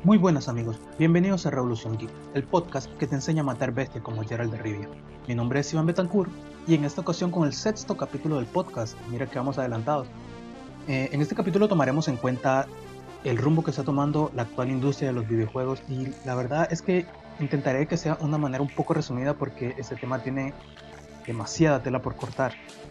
Muy buenas amigos, bienvenidos a Revolución Geek, el podcast que te enseña a matar bestias como Geralt de Rivia. Mi nombre es Iván Betancourt y en esta ocasión con el sexto capítulo del podcast, mira que vamos adelantados. En este capítulo tomaremos en cuenta el rumbo que está tomando la actual industria de los videojuegos y la verdad es que intentaré que sea una manera un poco resumida porque este tema tiene demasiada tela por cortar.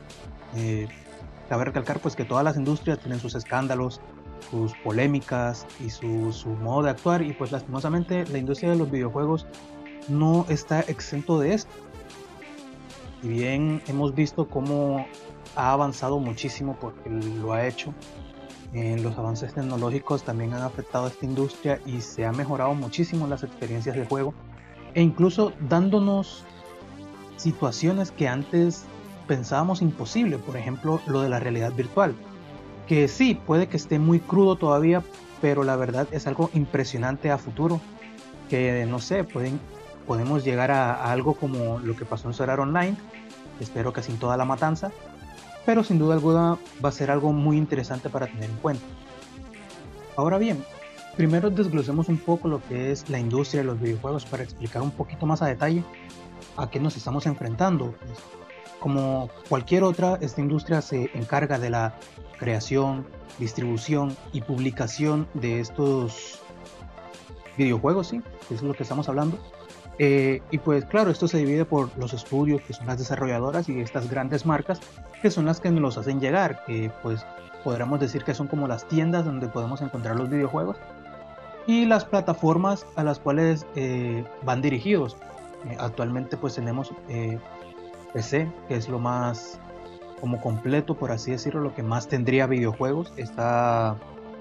Cabe recalcar pues que todas las industrias tienen sus escándalos, sus polémicas y su modo de actuar y pues lastimosamente la industria de los videojuegos no está exento de esto. Si bien hemos visto cómo ha avanzado muchísimo porque lo ha hecho, los avances tecnológicos también han afectado a esta industria y se han mejorado muchísimo las experiencias de juego e incluso dándonos situaciones que antes pensábamos imposible, por ejemplo lo de la realidad virtual, que sí, puede que esté muy crudo todavía, pero la verdad es algo impresionante a futuro, que no sé, podemos llegar a algo como lo que pasó en Sword Art Online, espero que sin toda la matanza, pero sin duda alguna va a ser algo muy interesante para tener en cuenta. Ahora bien, primero desglosemos un poco lo que es la industria de los videojuegos para explicar un poquito más a detalle a qué nos estamos enfrentando. Pues, como cualquier otra, esta industria se encarga de la creación, distribución y publicación de estos videojuegos, sí, eso es lo que estamos hablando. Y pues claro, esto se divide por los estudios, que son las desarrolladoras, y estas grandes marcas, que son las que nos los hacen llegar, que pues podríamos decir que son como las tiendas donde podemos encontrar los videojuegos, y las plataformas a las cuales van dirigidos. Actualmente pues tenemos PC, que es lo más como completo, por así decirlo, lo que más tendría videojuegos. Está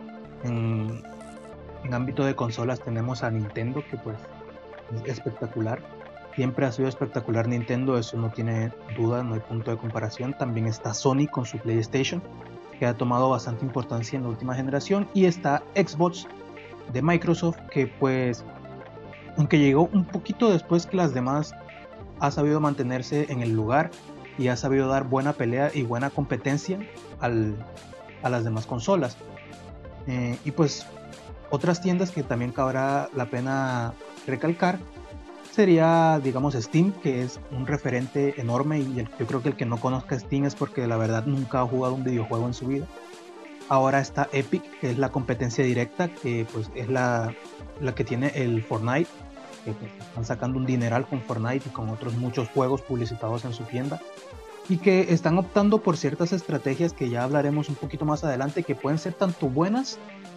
en ámbito de consolas tenemos a Nintendo, que pues es espectacular. Siempre ha sido espectacular Nintendo, eso no tiene duda, no hay punto de comparación. También está Sony con su PlayStation, que ha tomado bastante importancia en la última generación. Y está Xbox de Microsoft, que pues, aunque llegó un poquito después que las demás, ha sabido mantenerse en el lugar y ha sabido dar buena pelea y buena competencia a las demás consolas. Y pues otras tiendas que también cabrá la pena recalcar sería, digamos, Steam, que es un referente enorme y yo creo que el que no conozca Steam es porque la verdad nunca ha jugado un videojuego en su vida. Ahora está Epic, que es la competencia directa, que pues es la que tiene el Fortnite, que pues, están sacando un dineral con Fortnite y con otros muchos juegos publicitados en su tienda, y que están optando por ciertas estrategias que ya hablaremos un poquito más adelante, que pueden ser tanto buenas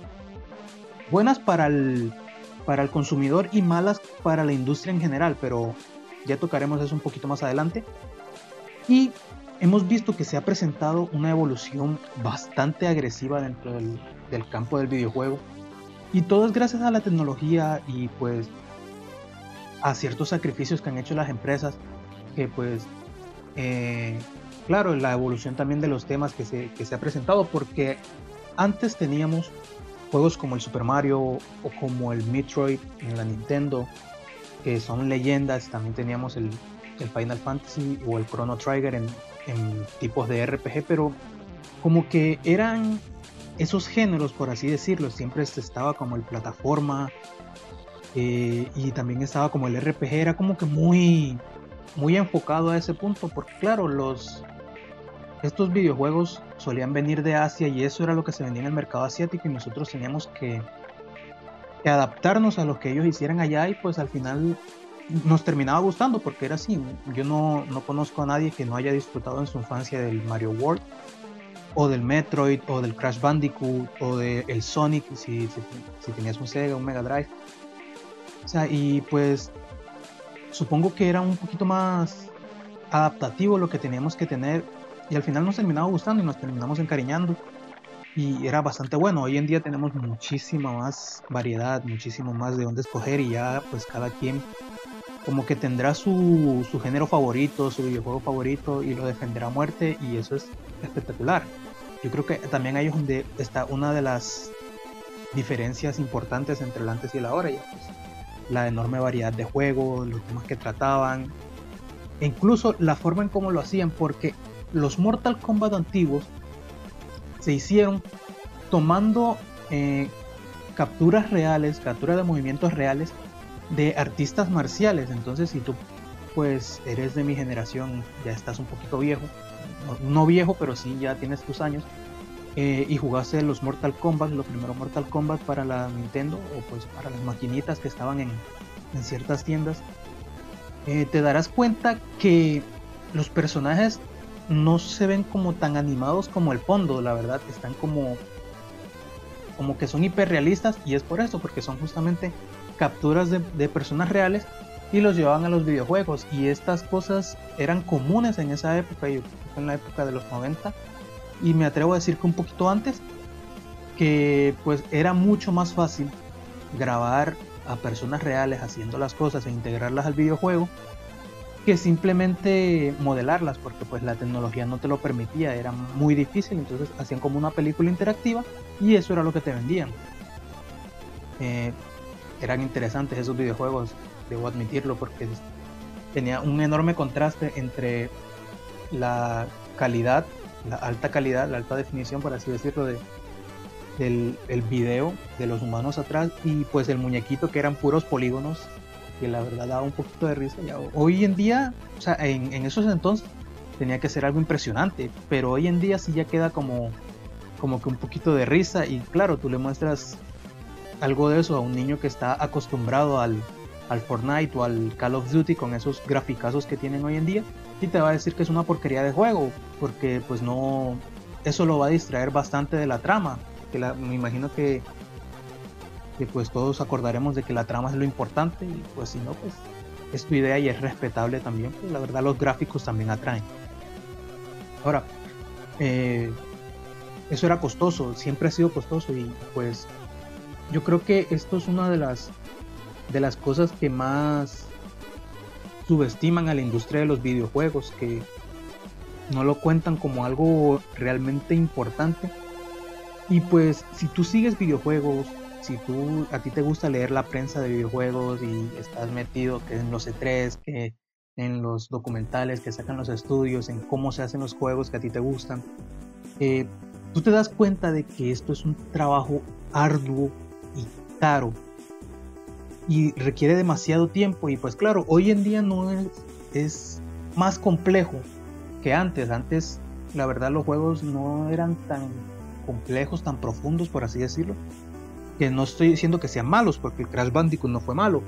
para el consumidor y malas para la industria en general, pero ya tocaremos eso un poquito más adelante. Y hemos visto que se ha presentado una evolución bastante agresiva dentro del campo del videojuego, y todo es gracias a la tecnología y pues a ciertos sacrificios que han hecho las empresas, que pues claro, la evolución también de los temas que se ha presentado, porque antes teníamos juegos como el Super Mario o como el Metroid en la Nintendo, que son leyendas. También teníamos el Final Fantasy o el Chrono Trigger en tipos de RPG, pero como que eran esos géneros, por así decirlo. Siempre estaba como el plataforma, y también estaba como el RPG, era como que muy enfocado a ese punto, porque claro, estos videojuegos solían venir de Asia y eso era lo que se vendía en el mercado asiático, y nosotros teníamos que adaptarnos a lo que ellos hicieran allá, y pues al final nos terminaba gustando porque era así. Yo no conozco a nadie que no haya disfrutado en su infancia del Mario World o del Metroid o del Crash Bandicoot o del Sonic si tenías un Sega, un Mega Drive. O sea, y pues supongo que era un poquito más adaptativo lo que teníamos que tener, y al final nos terminaba gustando y nos terminamos encariñando y era bastante bueno. Hoy en día tenemos muchísima más variedad, muchísimo más de dónde escoger, y ya pues cada quien como que tendrá su género favorito, su videojuego favorito, y lo defenderá a muerte, y eso es espectacular. Yo creo que también ahí es donde está una de las diferencias importantes entre el antes y el ahora, ya pues la enorme variedad de juegos, los temas que trataban, e incluso la forma en cómo lo hacían, porque los Mortal Kombat antiguos se hicieron tomando capturas reales, capturas de movimientos reales de artistas marciales. Entonces, si tú pues eres de mi generación, ya estás un poquito viejo, no viejo, pero sí ya tienes tus años, y jugaste los Mortal Kombat, los primeros Mortal Kombat para la Nintendo o pues para las maquinitas que estaban en ciertas tiendas, te darás cuenta que los personajes no se ven como tan animados como el fondo, la verdad, están como que son hiperrealistas, y es por eso, porque son justamente capturas de personas reales y los llevaban a los videojuegos, y estas cosas eran comunes en esa época, yo creo que fue en la época de los 90, y me atrevo a decir que un poquito antes, que pues era mucho más fácil grabar a personas reales haciendo las cosas e integrarlas al videojuego que simplemente modelarlas, porque pues la tecnología no te lo permitía, era muy difícil. Entonces hacían como una película interactiva y eso era lo que te vendían. Eran interesantes esos videojuegos, debo admitirlo, porque tenía un enorme contraste entre la calidad, la alta calidad, la alta definición, por así decirlo, del el video de los humanos atrás, y pues el muñequito, que eran puros polígonos, que la verdad daba un poquito de risa. Ya hoy en día, o sea, en esos entonces tenía que ser algo impresionante, pero hoy en día sí ya queda como que un poquito de risa. Y claro, tú le muestras algo de eso a un niño que está acostumbrado al Fortnite o al Call of Duty con esos graficazos que tienen hoy en día, y te va a decir que es una porquería de juego, porque pues no, eso lo va a distraer bastante de la trama, que me imagino que pues todos acordaremos de que la trama es lo importante, y pues si no, pues es tu idea y es respetable también, pues la verdad los gráficos también atraen. Ahora, eso era costoso, siempre ha sido costoso, y pues yo creo que esto es una de las cosas que más subestiman a la industria de los videojuegos, que no lo cuentan como algo realmente importante. Y pues si tú sigues videojuegos, si a ti te gusta leer la prensa de videojuegos y estás metido que en los E3, que en los documentales que sacan los estudios, en cómo se hacen los juegos que a ti te gustan, tú te das cuenta de que esto es un trabajo arduo y caro y requiere demasiado tiempo. Y pues claro, hoy en día no es más complejo que antes. Antes la verdad los juegos no eran tan complejos, tan profundos, por así decirlo, que no estoy diciendo que sean malos, porque el Crash Bandicoot no fue malo,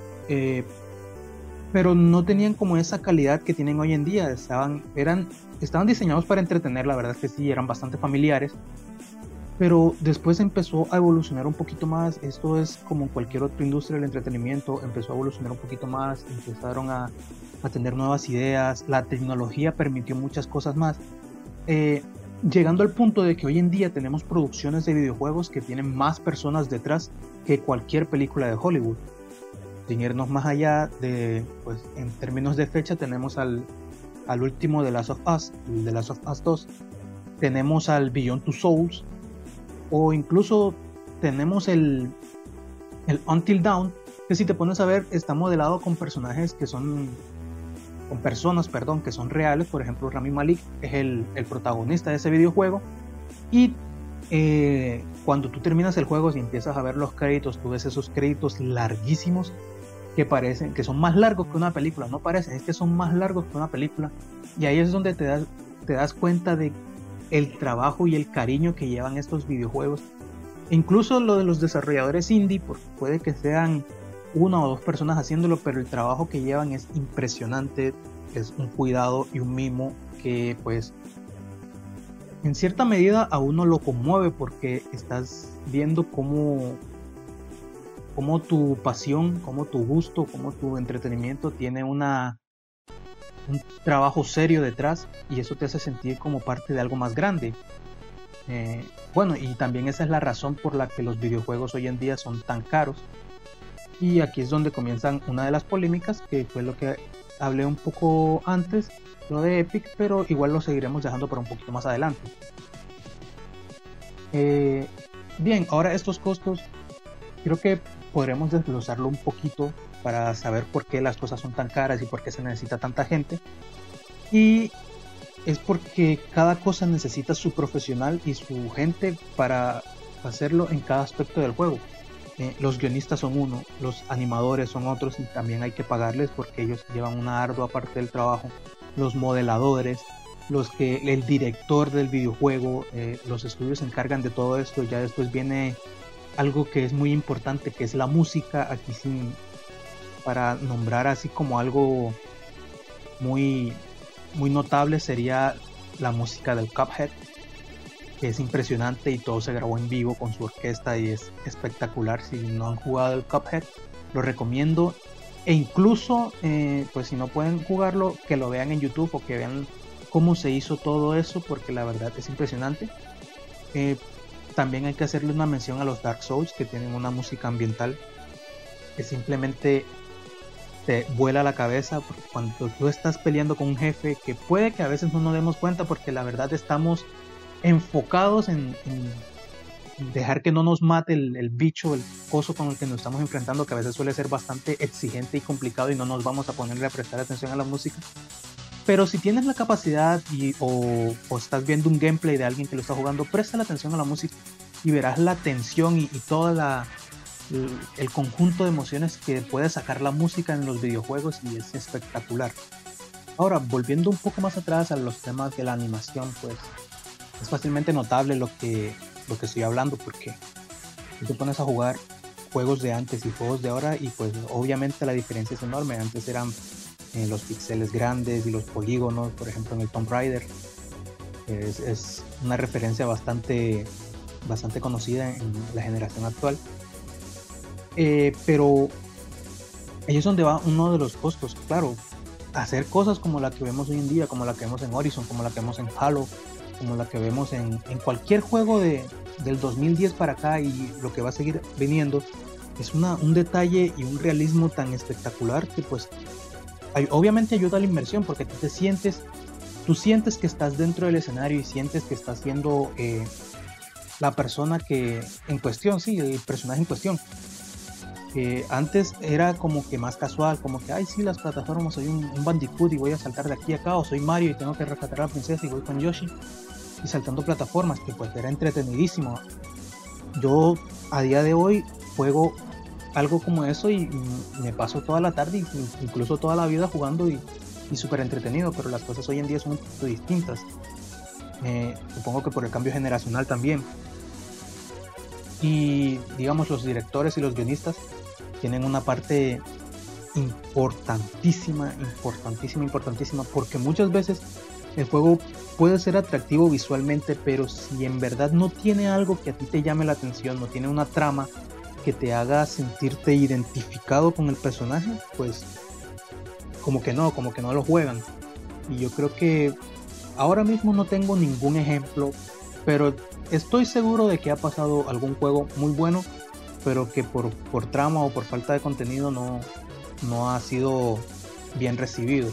pero no tenían como esa calidad que tienen hoy en día. Estaban diseñados para entretener, la verdad es que sí, eran bastante familiares, pero después empezó a evolucionar un poquito más. Esto es como cualquier otra industria del entretenimiento, empezó a evolucionar un poquito más, empezaron a tener nuevas ideas, la tecnología permitió muchas cosas más, llegando al punto de que hoy en día tenemos producciones de videojuegos que tienen más personas detrás que cualquier película de Hollywood. Sin irnos más allá de, pues en términos de fecha, tenemos al último de Last of Us, el de Last of Us 2, tenemos al Beyond Two Souls, o incluso tenemos el Until Dawn, que si te pones a ver está modelado con personajes que son personas que son reales. Por ejemplo, Rami Malek es el protagonista de ese videojuego, y cuando tú terminas el juego y empiezas a ver los créditos, tú ves esos créditos larguísimos que parecen que son más largos que una película. No parecen, es que son más largos que una película, y ahí es donde te das cuenta de el trabajo y el cariño que llevan estos videojuegos. Incluso lo de los desarrolladores indie, porque puede que sean una o dos personas haciéndolo, pero el trabajo que llevan es impresionante, es un cuidado y un mimo que pues en cierta medida a uno lo conmueve, porque estás viendo cómo tu pasión, cómo tu gusto, cómo tu entretenimiento tiene un trabajo serio detrás, y eso te hace sentir como parte de algo más grande. Bueno, y también esa es la razón por la que los videojuegos hoy en día son tan caros. Y aquí es donde comienzan una de las polémicas, que fue lo que hablé un poco antes, lo de Epic, pero igual lo seguiremos dejando para un poquito más adelante. Bien, ahora estos costos creo que podremos desglosarlo un poquito para saber por qué las cosas son tan caras y por qué se necesita tanta gente. Y es porque cada cosa necesita su profesional y su gente para hacerlo en cada aspecto del juego. los guionistas son uno, los animadores son otros y también hay que pagarles porque ellos llevan una ardua parte del trabajo, los modeladores, el director del videojuego, los estudios se encargan de todo esto. Ya después viene algo que es muy importante, que es la música. Aquí sin, para nombrar así como algo muy, muy notable, sería la música del Cuphead, que es impresionante y todo se grabó en vivo con su orquesta y es espectacular. Si no han jugado el Cuphead, lo recomiendo. E incluso, pues si no pueden jugarlo, que lo vean en YouTube o que vean cómo se hizo todo eso, porque la verdad es impresionante. También hay que hacerle una mención a los Dark Souls, que tienen una música ambiental que simplemente te vuela la cabeza, porque cuando tú estás peleando con un jefe, que puede que a veces no nos demos cuenta, porque la verdad estamos enfocados en dejar que no nos mate el bicho, el coso con el que nos estamos enfrentando, que a veces suele ser bastante exigente y complicado y no nos vamos a ponerle a prestar atención a la música. Pero si tienes la capacidad o estás viendo un gameplay de alguien que lo está jugando, presta la atención a la música y verás la tensión y toda el conjunto de emociones que puede sacar la música en los videojuegos, y es espectacular. Ahora, volviendo un poco más atrás a los temas de la animación, pues es fácilmente notable lo que estoy hablando, porque tú te pones a jugar juegos de antes y juegos de ahora y pues obviamente la diferencia es enorme. Antes eran los píxeles grandes y los polígonos, por ejemplo en el Tomb Raider es una referencia bastante conocida en la generación actual. Pero ahí es donde va uno de los costos. Claro, hacer cosas como la que vemos hoy en día, como la que vemos en Horizon, como la que vemos en Halo, como la que vemos en cualquier juego del 2010 para acá y lo que va a seguir viniendo, es un detalle y un realismo tan espectacular que pues obviamente ayuda a la inmersión, porque tú sientes que estás dentro del escenario y sientes que estás siendo la persona que en cuestión, sí, el personaje en cuestión. Antes era como que más casual, como que, ay, sí, las plataformas, soy un Bandicoot y voy a saltar de aquí a acá, o soy Mario y tengo que rescatar a la princesa y voy con Yoshi y saltando plataformas, que pues era entretenidísimo. Yo a día de hoy juego algo como eso y me paso toda la tarde, incluso toda la vida jugando y súper entretenido, pero las cosas hoy en día son un poquito distintas. Supongo que por el cambio generacional también. Y digamos, los directores y los guionistas tienen una parte importantísima, porque muchas veces el juego puede ser atractivo visualmente, pero si en verdad no tiene algo que a ti te llame la atención, no tiene una trama que te haga sentirte identificado con el personaje, pues como que no lo juegan. Y yo creo que ahora mismo no tengo ningún ejemplo, pero estoy seguro de que ha pasado algún juego muy bueno, pero que por trama o por falta de contenido no ha sido bien recibido.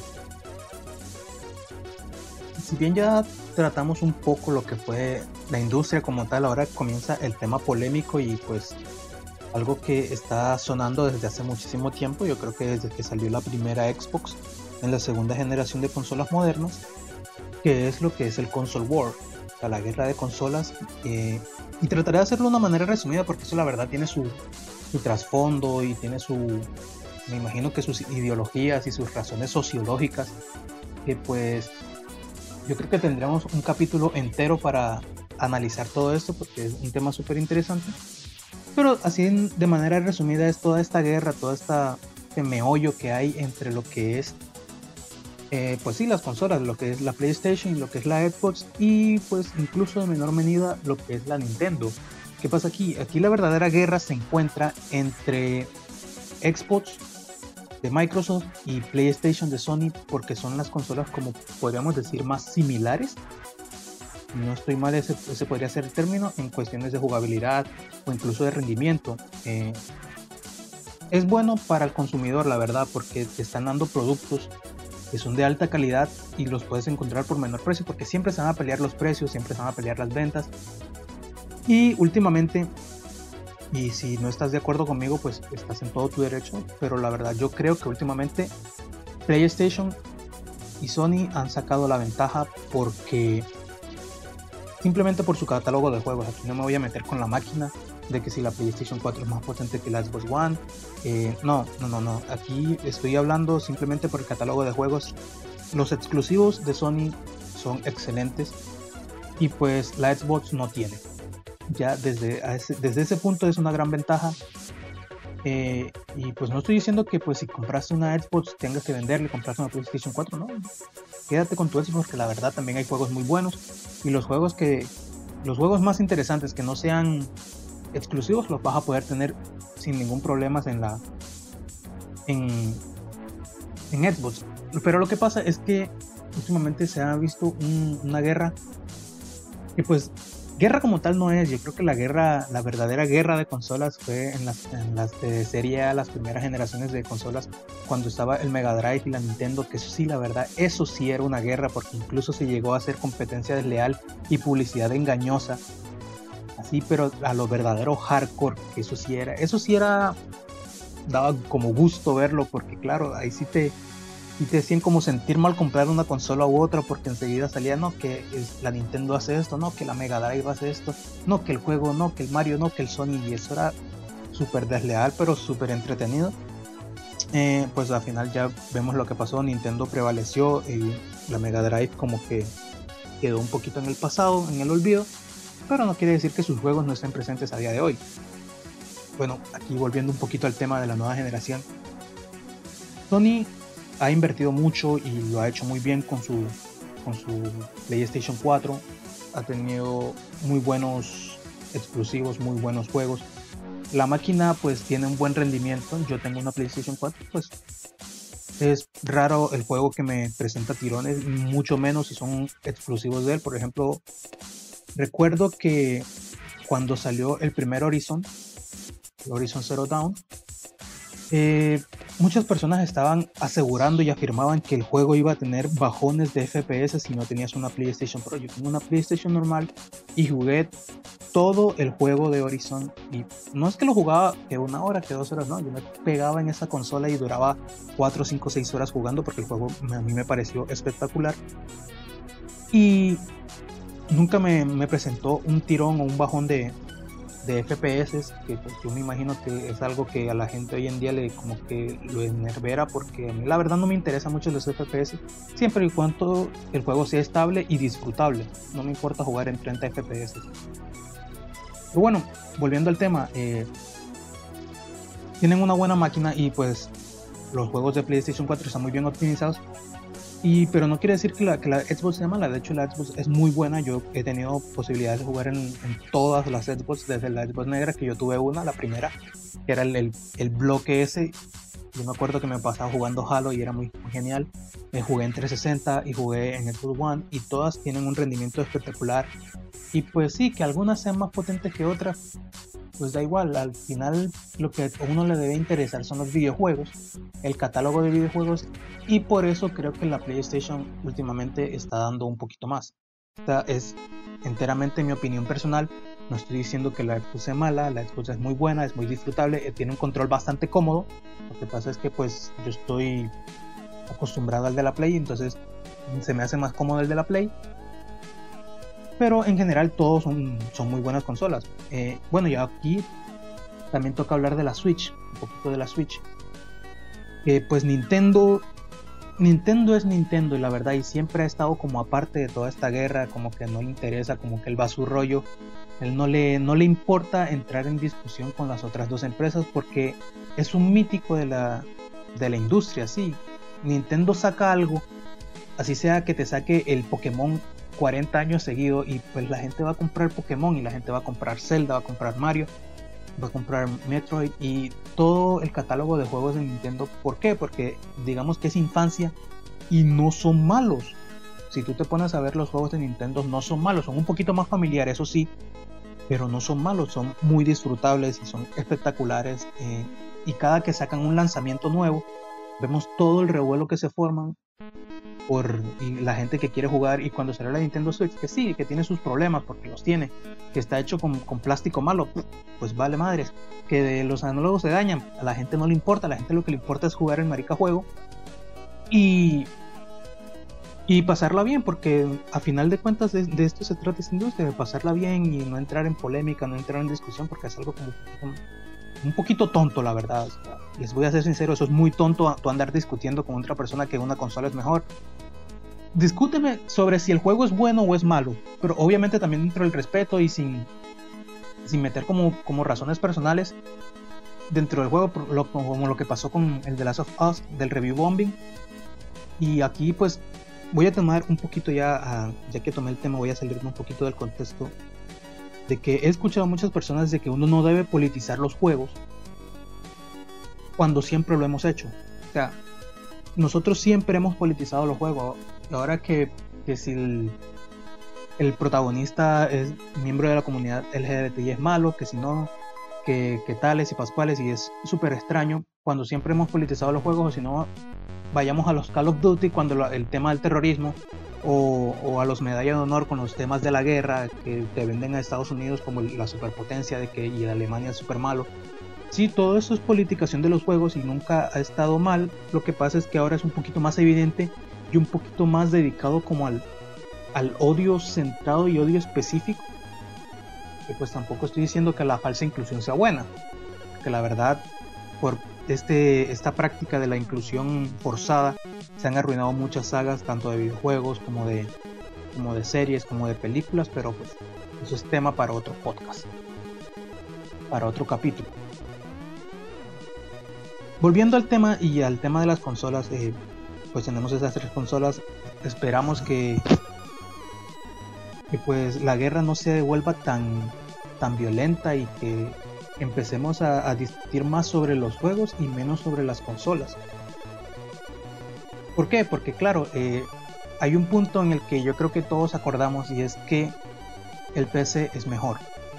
Si bien ya tratamos un poco lo que fue la industria como tal, ahora comienza el tema polémico y pues algo que está sonando desde hace muchísimo tiempo. Yo creo que desde que salió la primera Xbox en la segunda generación de consolas modernas, que es lo que es el console war, o sea, la guerra de consolas. Y trataré de hacerlo de una manera resumida, porque eso la verdad tiene su trasfondo y tiene me imagino que sus ideologías y sus razones sociológicas, que pues yo creo que tendríamos un capítulo entero para analizar todo esto, porque es un tema súper interesante. Pero así de manera resumida es toda esta guerra, este meollo que hay entre lo que es pues sí, las consolas, lo que es la PlayStation, lo que es la Xbox y pues incluso de menor medida lo que es la Nintendo. ¿Qué pasa aquí? Aquí la verdadera guerra se encuentra entre Xbox de Microsoft y PlayStation de Sony, porque son las consolas, como podríamos decir, más similares. No estoy mal, ese podría ser el término, en cuestiones de jugabilidad o incluso de rendimiento. Es bueno para el consumidor, la verdad, porque te están dando productos que son de alta calidad y los puedes encontrar por menor precio, porque siempre se van a pelear los precios, siempre se van a pelear las ventas. Y últimamente, y si no estás de acuerdo conmigo, pues estás en todo tu derecho, pero la verdad yo creo que últimamente PlayStation y Sony han sacado la ventaja, porque simplemente por su catálogo de juegos. Aquí no me voy a meter con la máquina de que si la PlayStation 4 es más potente que la Xbox One. No. Aquí estoy hablando simplemente por el catálogo de juegos. Los exclusivos de Sony son excelentes y pues la Xbox no tiene. Ya desde ese punto es una gran ventaja. Y pues no estoy diciendo que pues si compraste una Xbox tengas que venderle y comprarse una PlayStation 4, no. Quédate con tu Xbox porque la verdad también hay juegos muy buenos y los juegos más interesantes que no sean exclusivos los vas a poder tener sin ningún problema en Xbox. Pero lo que pasa es que últimamente se ha visto una guerra que pues guerra como tal no es. Yo creo que la verdadera guerra de consolas fue en las de serie A, las primeras generaciones de consolas, cuando estaba el Mega Drive y la Nintendo, que eso sí, la verdad, eso sí era una guerra, porque incluso se llegó a hacer competencia desleal y publicidad engañosa, así, pero a lo verdadero hardcore, que eso sí era, daba como gusto verlo, porque claro, ahí sí te hacían como sentir mal comprar una consola u otra, porque enseguida salía, no, que la Nintendo hace esto, no, que la Mega Drive hace esto, no, que el juego, no, que el Mario, no, que el Sony, y eso era súper desleal, pero súper entretenido. Pues al final ya vemos lo que pasó, Nintendo prevaleció y la Mega Drive como que quedó un poquito en el pasado, en el olvido, pero no quiere decir que sus juegos no estén presentes a día de hoy. Bueno, aquí volviendo un poquito al tema de la nueva generación, Sony ha invertido mucho y lo ha hecho muy bien con su PlayStation 4. Ha tenido muy buenos exclusivos, muy buenos juegos. La máquina pues tiene un buen rendimiento. Yo tengo una PlayStation 4, pues es raro el juego que me presenta tirones, mucho menos si son exclusivos de él. Por ejemplo, recuerdo que cuando salió el primer Horizon Zero Dawn, muchas personas estaban asegurando y afirmaban que el juego iba a tener bajones de FPS si no tenías una PlayStation Pro. Yo tengo una PlayStation normal y jugué todo el juego de Horizon, y no es que lo jugaba que 1 hora, que 2 horas, no, yo me pegaba en esa consola y duraba 4, 5, 6 horas jugando, porque el juego a mí me pareció espectacular y nunca me presentó un tirón o un bajón de FPS, que pues, yo me imagino que es algo que a la gente hoy en día le como que lo enervera, porque a mí la verdad no me interesa mucho los FPS, siempre y cuando el juego sea estable y disfrutable. No me importa jugar en 30 FPS. Pero bueno, volviendo al tema, tienen una buena máquina y pues los juegos de PlayStation 4 están muy bien optimizados. Pero no quiere decir que la Xbox sea mala. De hecho, la Xbox es muy buena. Yo he tenido posibilidades de jugar en todas las Xbox, desde la Xbox negra, que yo tuve una, la primera, que era el bloque ese. Yo me acuerdo que me pasaba jugando Halo y era muy genial. Jugué en 360 y jugué en Xbox One, y todas tienen un rendimiento espectacular. Y pues sí, que algunas sean más potentes que otras, pues da igual. Al final lo que a uno le debe interesar son los videojuegos, el catálogo de videojuegos, y por eso creo que la PlayStation últimamente está dando un poquito más. Esta es enteramente mi opinión personal. No estoy diciendo que la Xbox sea mala, la Xbox es muy buena, es muy disfrutable, tiene un control bastante cómodo. Lo que pasa es que pues yo estoy acostumbrado al de la Play, entonces se me hace más cómodo el de la Play. Pero en general todos son muy buenas consolas. Bueno, y aquí también toca hablar de la Switch, un poquito de la Switch. Pues Nintendo es Nintendo, y la verdad, y siempre ha estado como aparte de toda esta guerra, como que no le interesa, como que él va a su rollo. Él no le importa entrar en discusión con las otras dos empresas, porque es un mítico de la industria, sí. Nintendo saca algo, así sea que te saque el Pokémon 40 años seguido, y pues la gente va a comprar Pokémon, y la gente va a comprar Zelda, va a comprar Mario, va a comprar Metroid y todo el catálogo de juegos de Nintendo. ¿Por qué? Porque digamos que es infancia y no son malos. Si tú te pones a ver, los juegos de Nintendo no son malos, son un poquito más familiares, eso sí, pero no son malos, son muy disfrutables y son espectaculares. Y cada que sacan un lanzamiento nuevo, vemos todo el revuelo que se forman y la gente que quiere jugar. Y cuando sale la Nintendo Switch, que sí, que tiene sus problemas, porque los tiene, que está hecho con plástico malo, pues vale madres. Que los análogos se dañan, a la gente no le importa, a la gente lo que le importa es jugar el marica juego. Y y pasarla bien, porque a final de cuentas de esto se trata esta industria, de pasarla bien y no entrar en polémica, no entrar en discusión, porque es algo como un poquito tonto, la verdad. O sea, les voy a ser sincero, eso es muy tonto, tú andar discutiendo con otra persona que una consola es mejor. Discúteme sobre si el juego es bueno o es malo, pero obviamente también dentro del respeto y sin meter como razones personales dentro del juego, como lo que pasó con el The Last of Us, del review bombing. Y aquí pues voy a tomar un poquito ya que tomé el tema, voy a salirme un poquito del contexto de que he escuchado a muchas personas de que uno no debe politizar los juegos cuando siempre lo hemos hecho. O sea, nosotros siempre hemos politizado los juegos. Ahora que si el protagonista es miembro de la comunidad LGBTI es malo, que si no, que tales y pascuales, y es súper extraño cuando siempre hemos politizado los juegos. O si no, vayamos a los Call of Duty cuando el tema del terrorismo, o a los medallas de honor con los temas de la guerra que te venden a Estados Unidos como la superpotencia de que y Alemania es súper malo. Sí, todo eso es politización de los juegos y nunca ha estado mal. Lo que pasa es que ahora es un poquito más evidente y un poquito más dedicado como al odio centrado y odio específico. Que pues tampoco estoy diciendo que la falsa inclusión sea buena, que la verdad por esta práctica de la inclusión forzada se han arruinado muchas sagas, tanto de videojuegos como de series, como de películas, pero pues eso es tema para otro podcast, para otro capítulo. Volviendo al tema y al tema de las consolas, pues tenemos esas 3 consolas. Esperamos que pues la guerra no se vuelva tan violenta y que empecemos a discutir más sobre los juegos y menos sobre las consolas. ¿Por qué? Porque claro, hay un punto en el que yo creo que todos acordamos, y es que el PC es mejor.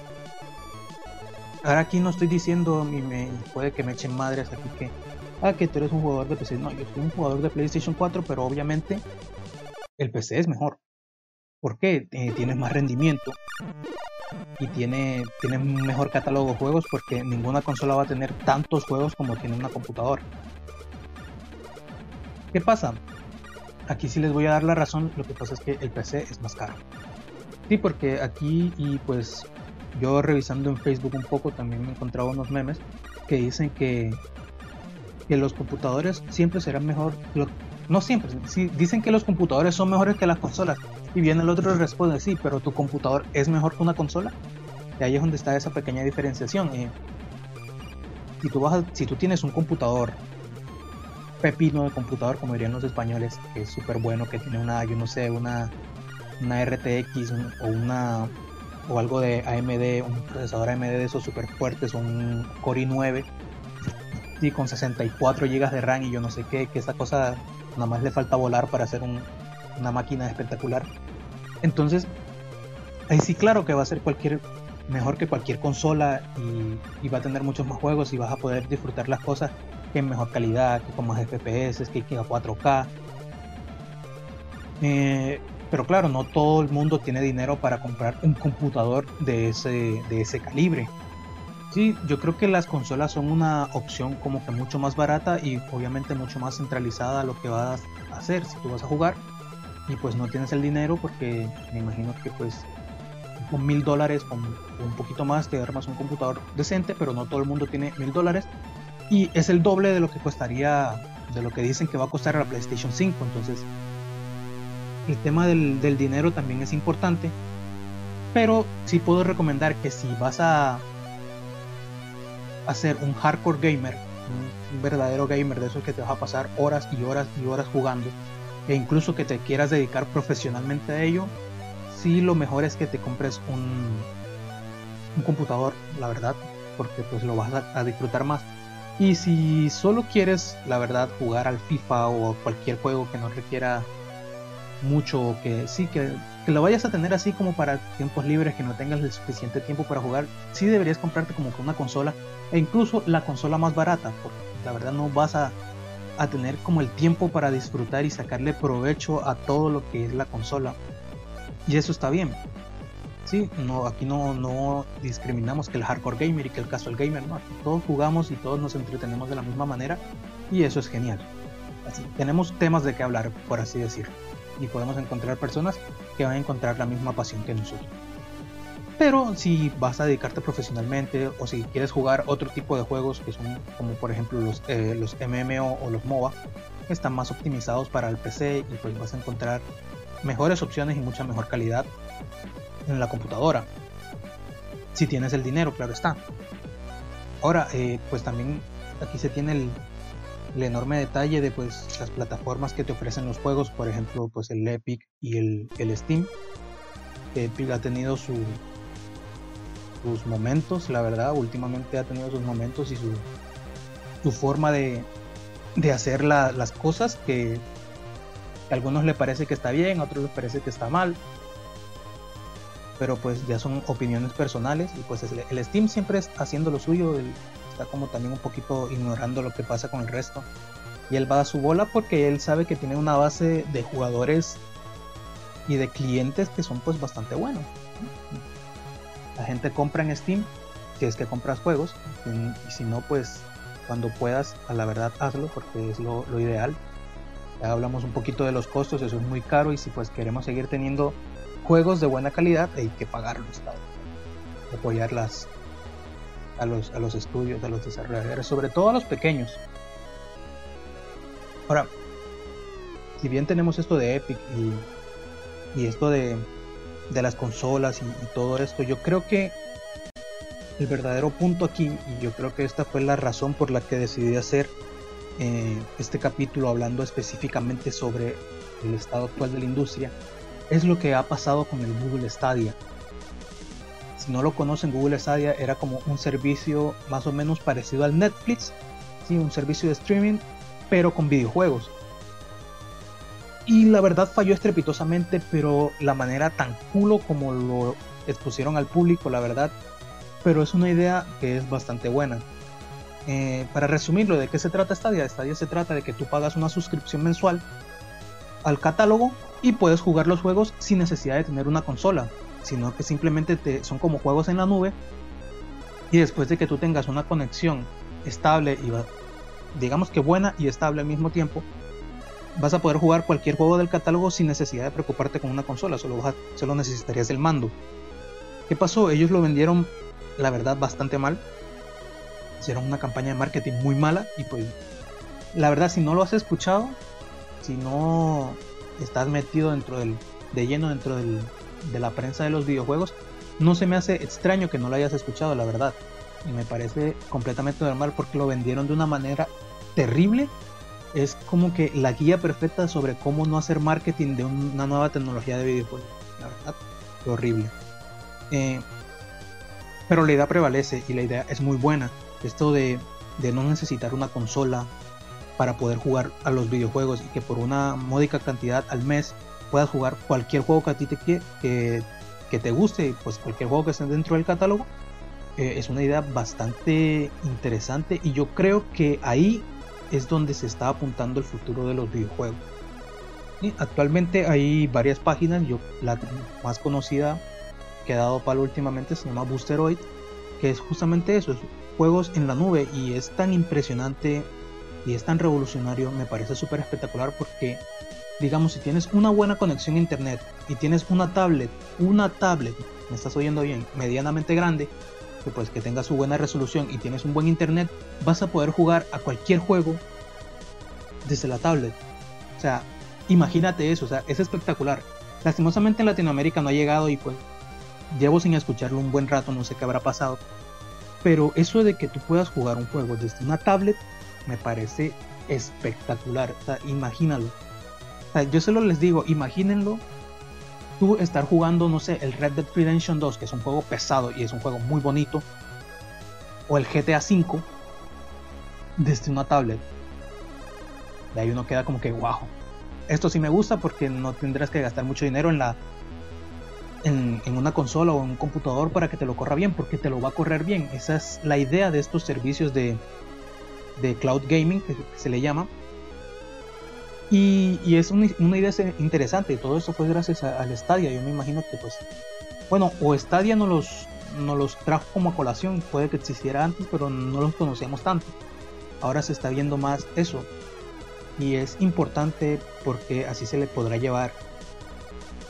Ahora aquí no estoy diciendo, puede que me echen madres aquí que tú eres un jugador de PC. No, yo soy un jugador de PlayStation 4, pero obviamente el PC es mejor. ¿Por qué? Tienes más rendimiento y tiene un mejor catálogo de juegos, porque ninguna consola va a tener tantos juegos como tiene una computadora. ¿Qué pasa? Aquí sí les voy a dar la razón. Lo que pasa es que el PC es más caro. Sí, porque aquí, y pues yo revisando en Facebook un poco, también me he encontrado unos memes que dicen que los computadores siempre serán mejor. No siempre, sí, dicen que los computadores son mejores que las consolas. Y viene el otro y responde, sí, pero tu computador es mejor que una consola. Y ahí es donde está esa pequeña diferenciación. Si tú tienes un computador pepino de computador, como dirían los españoles, que es súper bueno, que tiene una RTX o algo de AMD, un procesador AMD de esos súper fuertes, un Core i9, sí, con 64 GB de RAM y yo no sé qué, que esa cosa nada más le falta volar para hacer una máquina espectacular. Entonces, ahí sí, claro que va a ser mejor que cualquier consola, y va a tener muchos más juegos y vas a poder disfrutar las cosas en mejor calidad, que con más FPS, que a 4K. Pero claro, no todo el mundo tiene dinero para comprar un computador de ese calibre. Sí, yo creo que las consolas son una opción como que mucho más barata y obviamente mucho más centralizada a lo que vas a hacer si tú vas a jugar y pues no tienes el dinero, porque me imagino que pues con $1,000 con un poquito más te armas un computador decente, pero no todo el mundo tiene $1,000 y es el doble de lo que costaría, de lo que dicen que va a costar la PlayStation 5. Entonces el tema del dinero también es importante, pero sí puedo recomendar que si vas a ser un hardcore gamer, un verdadero gamer de esos que te vas a pasar horas y horas y horas jugando, e incluso que te quieras dedicar profesionalmente a ello, sí, lo mejor es que te compres un computador, la verdad, porque pues lo vas a disfrutar más. Y si solo quieres, la verdad, jugar al FIFA o cualquier juego que no requiera mucho, o que sí, que lo vayas a tener así como para tiempos libres, que no tengas el suficiente tiempo para jugar, sí deberías comprarte como que una consola, e incluso la consola más barata, porque la verdad no vas a tener como el tiempo para disfrutar y sacarle provecho a todo lo que es la consola, y eso está bien. Sí, no, aquí no discriminamos que el hardcore gamer y que el casual gamer, no, aquí todos jugamos y todos nos entretenemos de la misma manera, y eso es genial. Así, tenemos temas de qué hablar, por así decirlo. y podemos encontrar personas que van a encontrar la misma pasión que nosotros. Pero si vas a dedicarte profesionalmente o si quieres jugar otro tipo de juegos que son como por ejemplo los MMO o los MOBA, que están más optimizados para el PC y pues vas a encontrar mejores opciones y mucha mejor calidad en la computadora. Si tienes el dinero, claro está. Ahora, pues también aquí se tiene el enorme detalle de pues las plataformas que te ofrecen los juegos, por ejemplo pues el Epic y el Steam. Epic ha tenido sus momentos, la verdad, últimamente ha tenido sus momentos y su forma de hacer las cosas que a algunos les parece que está bien, a otros les parece que está mal, pero pues ya son opiniones personales. Y pues el Steam siempre está haciendo lo suyo, está como también un poquito ignorando lo que pasa con el resto, y él va a su bola porque él sabe que tiene una base de jugadores y de clientes que son pues bastante buenos. La gente compra en Steam si es que compras juegos, y si no pues cuando puedas, a la verdad hazlo porque es lo ideal. Ya hablamos un poquito de los costos, eso es muy caro, y si pues queremos seguir teniendo juegos de buena calidad hay que pagarlos, apoyar a los estudios, a los desarrolladores, sobre todo a los pequeños. Ahora, si bien tenemos esto de Epic y esto de las consolas y todo esto, yo creo que el verdadero punto aquí, y yo creo que esta fue la razón por la que decidí hacer este capítulo hablando específicamente sobre el estado actual de la industria, es lo que ha pasado con el Google Stadia. Si no lo conocen, Google Stadia era como un servicio más o menos parecido al Netflix, ¿sí? Un servicio de streaming pero con videojuegos. Y la verdad falló estrepitosamente, pero la manera tan culo como lo expusieron al público, la verdad, pero es una idea que es bastante buena. Para resumirlo, ¿de qué se trata Stadia? Stadia se trata de que tú pagas una suscripción mensual al catálogo y puedes jugar los juegos sin necesidad de tener una consola, sino que simplemente son como juegos en la nube, y después de que tú tengas una conexión estable y digamos que buena y estable al mismo tiempo, vas a poder jugar cualquier juego del catálogo sin necesidad de preocuparte con una consola, solo necesitarías el mando. ¿Qué pasó? Ellos lo vendieron, la verdad, bastante mal. Hicieron una campaña de marketing muy mala, y pues la verdad, si no lo has escuchado, si no estás metido de lleno dentro de la prensa de los videojuegos, no se me hace extraño que no lo hayas escuchado, la verdad. Y me parece completamente normal porque lo vendieron de una manera terrible. Es como que la guía perfecta sobre cómo no hacer marketing de una nueva tecnología de videojuegos. La verdad, horrible. Pero la idea prevalece y la idea es muy buena. Esto de no necesitar una consola para poder jugar a los videojuegos, y que por una módica cantidad al mes puedas jugar cualquier juego que a ti que te guste, pues cualquier juego que esté dentro del catálogo, es una idea bastante interesante, y yo creo que ahí es donde se está apuntando el futuro de los videojuegos. Y actualmente hay varias páginas, la más conocida que ha dado palo últimamente se llama Boosteroid, que es justamente eso, es juegos en la nube, y es tan impresionante y es tan revolucionario, me parece súper espectacular porque, digamos, si tienes una buena conexión a internet y tienes una tablet, me estás oyendo bien, medianamente grande, que tenga su buena resolución y tienes un buen internet, vas a poder jugar a cualquier juego desde la tablet. O sea, imagínate eso, o sea, es espectacular. Lastimosamente en Latinoamérica no ha llegado, y pues llevo sin escucharlo un buen rato, no sé qué habrá pasado. Pero eso de que tú puedas jugar un juego desde una tablet me parece espectacular. O sea, imagínalo. O sea, yo solo les digo, imagínenlo, tú estar jugando, no sé, el Red Dead Redemption 2, que es un juego pesado y es un juego muy bonito, o el GTA V desde una tablet. De ahí uno queda como que, wow, esto sí me gusta porque no tendrás que gastar mucho dinero en una consola o en un computador para que te lo corra bien, porque te lo va a correr bien. Esa es la idea de estos servicios de cloud gaming, que se le llama, y es una idea interesante, y todo esto fue gracias al Stadia. Yo me imagino que pues, bueno, o Stadia no los trajo como a colación, puede que existiera antes, pero no los conocíamos tanto. Ahora se está viendo más eso, y es importante porque así se le podrá llevar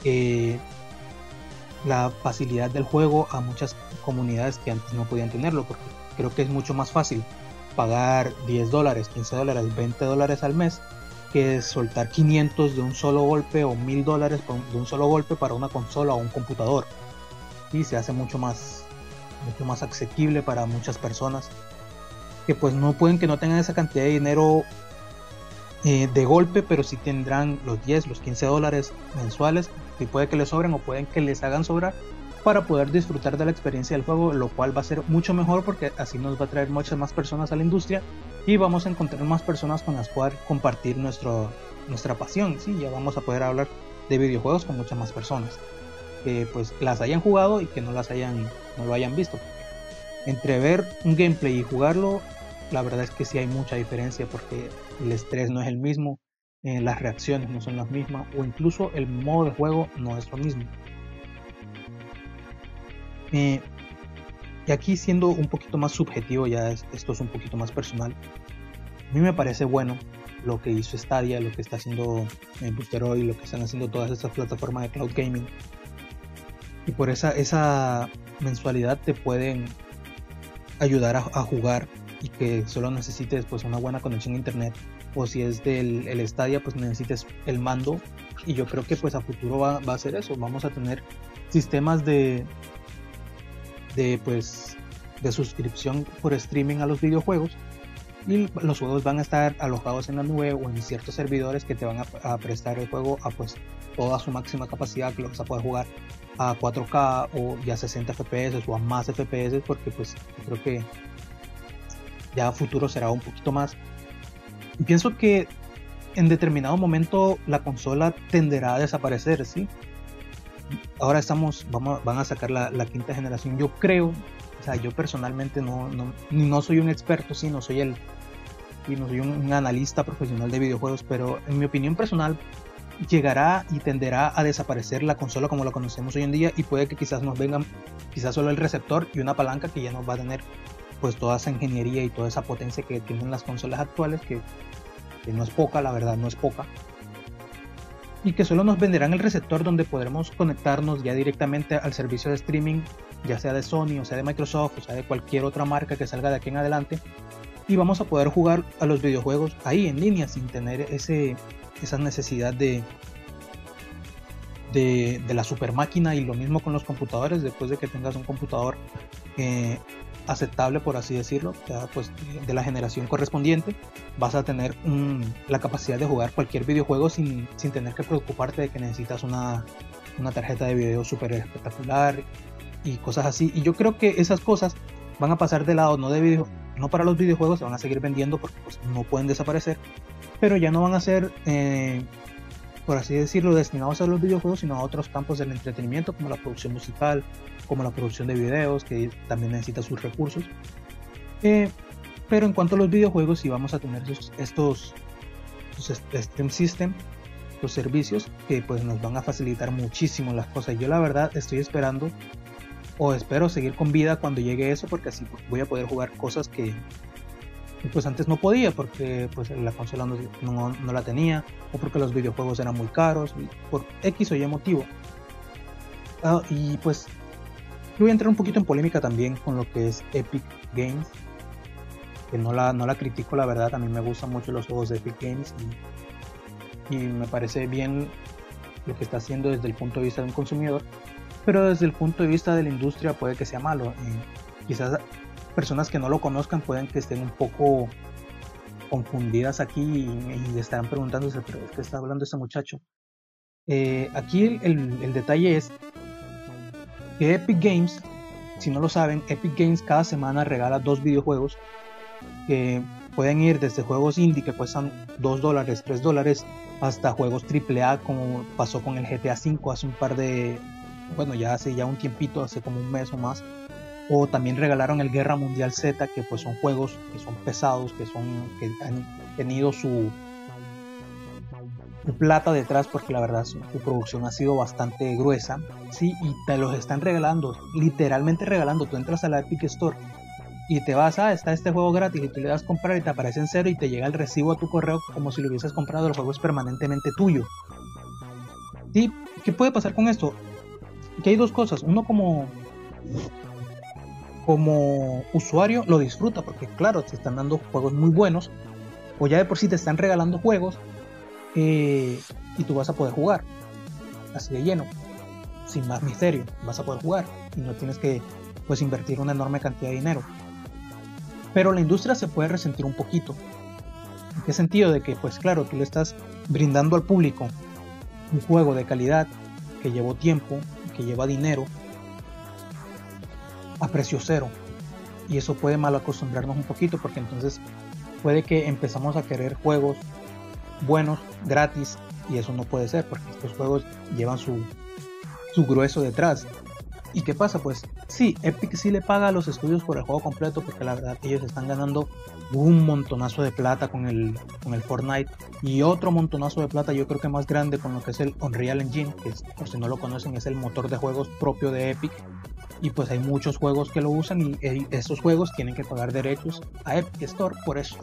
la facilidad del juego a muchas comunidades que antes no podían tenerlo, porque creo que es mucho más fácil pagar $10, $15, $20 al mes que soltar 500 de un solo golpe o $1000 de un solo golpe para una consola o un computador, y se hace mucho más asequible para muchas personas que pues no tengan esa cantidad de dinero de golpe, pero sí tendrán los 10, los $15 mensuales, y puede que les sobren o pueden que les hagan sobrar para poder disfrutar de la experiencia del juego, lo cual va a ser mucho mejor porque así nos va a traer muchas más personas a la industria y vamos a encontrar más personas con las cuales compartir nuestra pasión. Sí, ya vamos a poder hablar de videojuegos con muchas más personas que pues las hayan jugado y que no lo hayan visto. Entre ver un gameplay y jugarlo, la verdad es que sí hay mucha diferencia porque el estrés no es el mismo, las reacciones no son las mismas, o incluso el modo de juego no es lo mismo. Y aquí, siendo un poquito más subjetivo, esto es un poquito más personal, a mí me parece bueno lo que hizo Stadia, lo que está haciendo Boosteroid, lo que están haciendo todas estas plataformas de cloud gaming, y por esa mensualidad te pueden ayudar a jugar, y que solo necesites pues una buena conexión a internet, o si es el Stadia pues necesites el mando, y yo creo que pues a futuro va a ser eso. Vamos a tener sistemas de suscripción por streaming a los videojuegos, y los juegos van a estar alojados en la nube o en ciertos servidores que te van a prestar el juego a pues toda su máxima capacidad, que lo vas a poder jugar a 4K o ya 60 FPS o a más FPS, porque pues yo creo que ya a futuro será un poquito más. Y pienso que en determinado momento la consola tenderá a desaparecer, ¿sí? Ahora van a sacar la quinta generación, yo creo. O sea, yo personalmente no soy un experto, sí, no soy un analista profesional de videojuegos, pero en mi opinión personal llegará y tenderá a desaparecer la consola como la conocemos hoy en día, y puede que quizás nos vengan solo el receptor y una palanca que ya nos va a tener pues toda esa ingeniería y toda esa potencia que tienen las consolas actuales, que no es poca, la verdad no es poca, y que solo nos venderán el receptor donde podremos conectarnos ya directamente al servicio de streaming, ya sea de Sony o sea de Microsoft o sea de cualquier otra marca que salga de aquí en adelante, y vamos a poder jugar a los videojuegos ahí en línea sin tener esa necesidad de la super máquina. Y lo mismo con los computadores, después de que tengas un computador aceptable, por así decirlo, ya pues de la generación correspondiente, vas a tener la capacidad de jugar cualquier videojuego sin tener que preocuparte de que necesitas una tarjeta de video súper espectacular y cosas así. Y yo creo que esas cosas van a pasar de lado, no para los videojuegos, se van a seguir vendiendo porque pues no pueden desaparecer, pero ya no van a ser por así decirlo, destinados a los videojuegos, sino a otros campos del entretenimiento, como la producción musical, como la producción de videos, que también necesita sus recursos. Pero en cuanto a los videojuegos, sí vamos a tener estos Stream System, los servicios que pues nos van a facilitar muchísimo las cosas. Yo la verdad estoy esperando, o espero seguir con vida cuando llegue eso, porque así voy a poder jugar cosas que pues antes no podía, porque pues la consola no la tenía, o porque los videojuegos eran muy caros, por X o Y motivo. Y pues yo voy a entrar un poquito en polémica también con lo que es Epic Games, que no la critico, la verdad. A mí me gustan mucho los juegos de Epic Games, y me parece bien lo que está haciendo desde el punto de vista de un consumidor, pero desde el punto de vista de la industria puede que sea malo. Quizás personas que no lo conozcan pueden que estén un poco confundidas aquí y estarán preguntándose, pero ¿de qué está hablando este muchacho? Aquí el detalle es que Epic Games, si no lo saben, Epic Games cada semana regala 2 videojuegos que pueden ir desde juegos indie que cuestan $2, $3, hasta juegos AAA, como pasó con el GTA V hace un par de, bueno, ya hace un tiempito, hace como un mes o más. O también regalaron el Guerra Mundial Z, que pues son juegos que son pesados, que han tenido su plata detrás, porque la verdad su producción ha sido bastante gruesa, sí, y te los están regalando, literalmente regalando. Tú entras a la Epic Store y te vas está este juego gratis, y tú le das comprar y te aparece en cero y te llega el recibo a tu correo como si lo hubieses comprado. El juego es permanentemente tuyo. ¿Sí? ¿Qué puede pasar con esto? Que hay dos cosas. Uno como usuario lo disfruta porque claro, te están dando juegos muy buenos o ya de por sí te están regalando juegos y tú vas a poder jugar así de lleno, sin más misterio, vas a poder jugar y no tienes que pues invertir una enorme cantidad de dinero. Pero la industria se puede resentir un poquito. ¿En qué sentido? De que pues claro, tú le estás brindando al público un juego de calidad que llevó tiempo, que lleva dinero a precio cero, y eso puede mal acostumbrarnos un poquito porque entonces puede que empezamos a querer juegos buenos gratis y eso no puede ser porque estos juegos llevan su grueso detrás. ¿Y qué pasa? Pues sí, Epic sí le paga a los estudios por el juego completo porque la verdad ellos están ganando un montonazo de plata con el Fortnite y otro montonazo de plata, yo creo que más grande, con lo que es el Unreal Engine, que es, por si no lo conocen, es el motor de juegos propio de Epic. Y pues hay muchos juegos que lo usan y estos juegos tienen que pagar derechos a Epic Store por eso.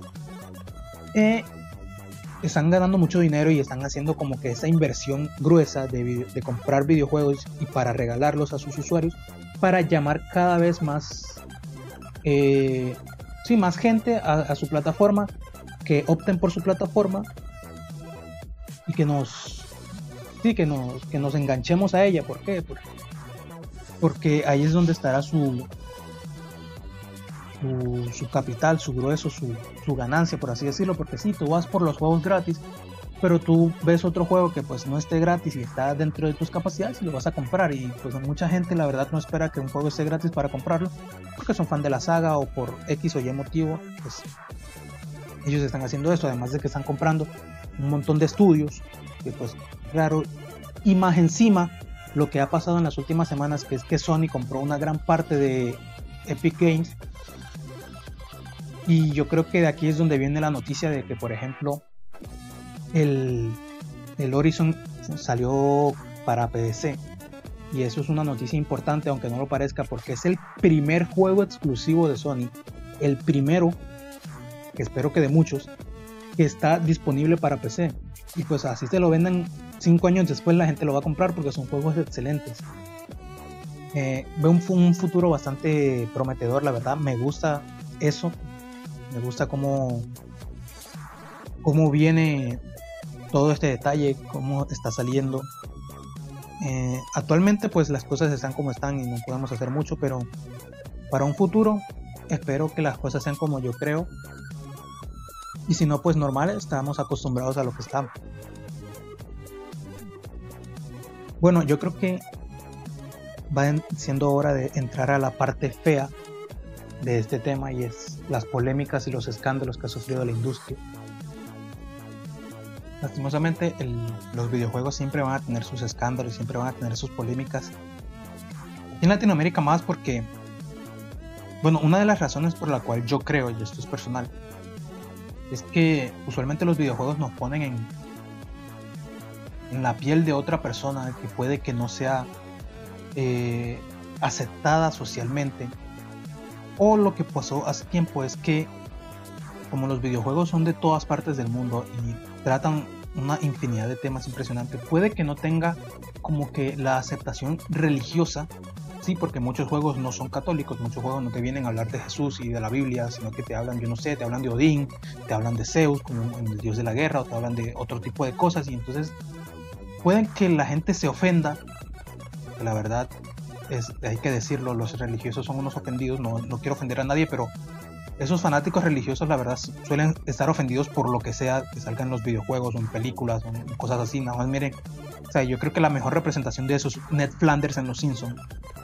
Están ganando mucho dinero y están haciendo como que esa inversión gruesa de comprar videojuegos y para regalarlos a sus usuarios para llamar cada vez más más gente a su plataforma, que opten por su plataforma y que nos enganchemos a ella. ¿Por qué? Porque ahí es donde estará su capital, su grueso, su ganancia, por así decirlo. Porque sí, tú vas por los juegos gratis, pero tú ves otro juego que pues no esté gratis y está dentro de tus capacidades y lo vas a comprar. Y pues mucha gente la verdad no espera que un juego esté gratis para comprarlo porque son fan de la saga o por X o Y motivo, pues ellos están haciendo esto, además de que están comprando un montón de estudios que pues claro, y más encima lo que ha pasado en las últimas semanas, que es que Sony compró una gran parte de Epic Games. Y yo creo que de aquí es donde viene la noticia de que, por ejemplo, el Horizon salió para PC. Y eso es una noticia importante, aunque no lo parezca, porque es el primer juego exclusivo de Sony. El primero, que espero que de muchos, que está disponible para PC. Y pues así se lo vendan 5 años después, la gente lo va a comprar porque son juegos excelentes. Veo un futuro bastante prometedor, la verdad. Me gusta eso. Me gusta cómo viene todo este detalle, cómo está saliendo. Actualmente pues las cosas están como están y no podemos hacer mucho, pero para un futuro espero que las cosas sean como yo creo. Y si no, pues normal, estamos acostumbrados a lo que estamos. Bueno, yo creo que va siendo hora de entrar a la parte fea de este tema, y es las polémicas y los escándalos que ha sufrido la industria. Lastimosamente los videojuegos siempre van a tener sus escándalos, siempre van a tener sus polémicas. En Latinoamérica más porque, bueno, una de las razones por la cual yo creo, y esto es personal, es que usualmente los videojuegos nos ponen en la piel de otra persona que puede que no sea aceptada socialmente. O lo que pasó hace tiempo es que como los videojuegos son de todas partes del mundo y tratan una infinidad de temas impresionantes, puede que no tenga como que la aceptación religiosa, sí, porque muchos juegos no son católicos, muchos juegos no te vienen a hablar de Jesús y de la Biblia, sino que te hablan, yo no sé, te hablan de Odín, te hablan de Zeus como el dios de la guerra, o te hablan de otro tipo de cosas, y entonces pueden que la gente se ofenda. La verdad hay que decirlo, los religiosos son unos ofendidos, no quiero ofender a nadie, pero esos fanáticos religiosos la verdad suelen estar ofendidos por lo que sea que salga en los videojuegos o en películas o en cosas así. Nada más miren, o sea, yo creo que la mejor representación de eso es Ned Flanders en Los Simpsons.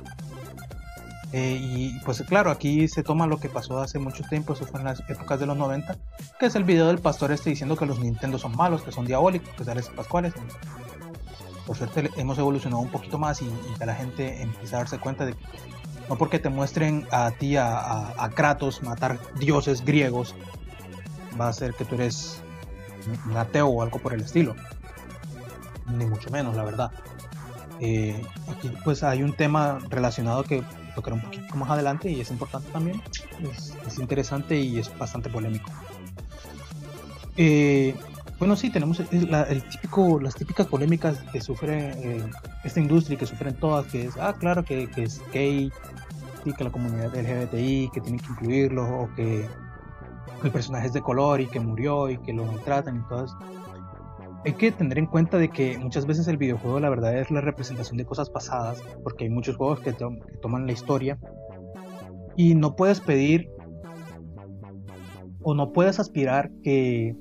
Y pues claro, aquí se toma lo que pasó hace mucho tiempo, eso fue en las épocas de los 90, que es el video del pastor diciendo que los Nintendo son malos, que son diabólicos, que salen pascuales. Por suerte hemos evolucionado un poquito más y que la gente empieza a darse cuenta de que no porque te muestren a ti, a Kratos, matar dioses griegos, va a ser que tú eres un ateo o algo por el estilo. Ni mucho menos, la verdad. Aquí pues hay un tema relacionado que tocaré un poquito más adelante y es importante también. Es interesante y es bastante polémico. Bueno, sí, tenemos las típicas polémicas que sufre esta industria y que sufren todas, que es, claro que es gay, sí, que la comunidad LGBTI, que tienen que incluirlo, o que el personaje es de color y que murió y que lo maltratan y todo eso. Hay que tener en cuenta de que muchas veces el videojuego la verdad es la representación de cosas pasadas, porque hay muchos juegos que toman la historia y no puedes pedir o no puedes aspirar que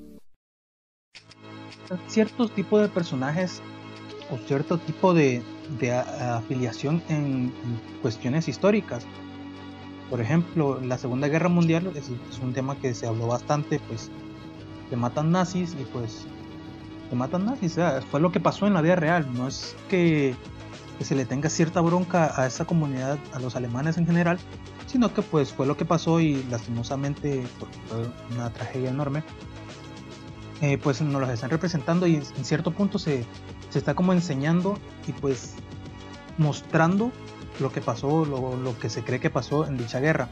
ciertos tipos de personajes o cierto tipo de afiliación en cuestiones históricas. Por ejemplo, la Segunda Guerra Mundial es un tema que se habló bastante, pues te matan nazis y pues te matan nazis, o sea, fue lo que pasó en la vida real, no es que se le tenga cierta bronca a esa comunidad, a los alemanes en general, sino que pues fue lo que pasó y lastimosamente porque fue una tragedia enorme, pues nos los están representando y en cierto punto se está como enseñando y pues mostrando lo que pasó, lo que se cree que pasó en dicha guerra.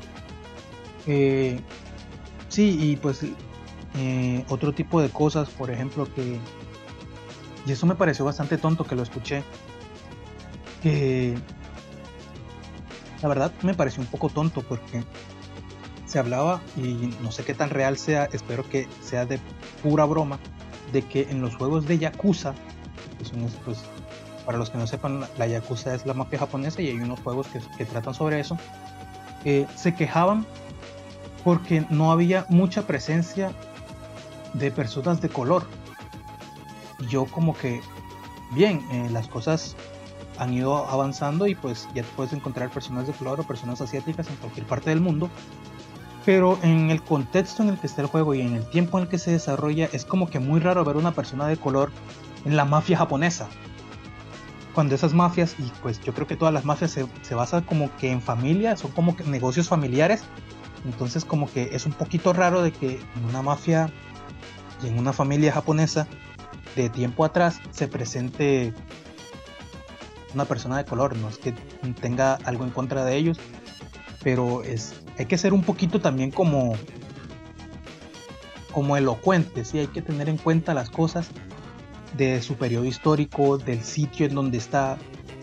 Sí, y pues otro tipo de cosas, por ejemplo, y eso me pareció bastante tonto que lo escuché, que la verdad me pareció un poco tonto porque se hablaba, y no sé qué tan real sea, espero que sea de pura broma, de que en los juegos de Yakuza, que son pues, para los que no sepan, la Yakuza es la mafia japonesa y hay unos juegos que tratan sobre eso, se quejaban porque no había mucha presencia de personas de color. Y yo como que, bien, las cosas han ido avanzando y pues ya te puedes encontrar personas de color o personas asiáticas en cualquier parte del mundo, pero en el contexto en el que está el juego y en el tiempo en el que se desarrolla es como que muy raro ver una persona de color en la mafia japonesa, cuando esas mafias, y pues yo creo que todas las mafias se basan como que en familia, son como que negocios familiares, entonces como que es un poquito raro de que en una mafia y en una familia japonesa de tiempo atrás se presente una persona de color. No es que tenga algo en contra de ellos, pero hay que ser un poquito también como elocuente, ¿sí? Hay que tener en cuenta las cosas de su periodo histórico, del sitio en donde está.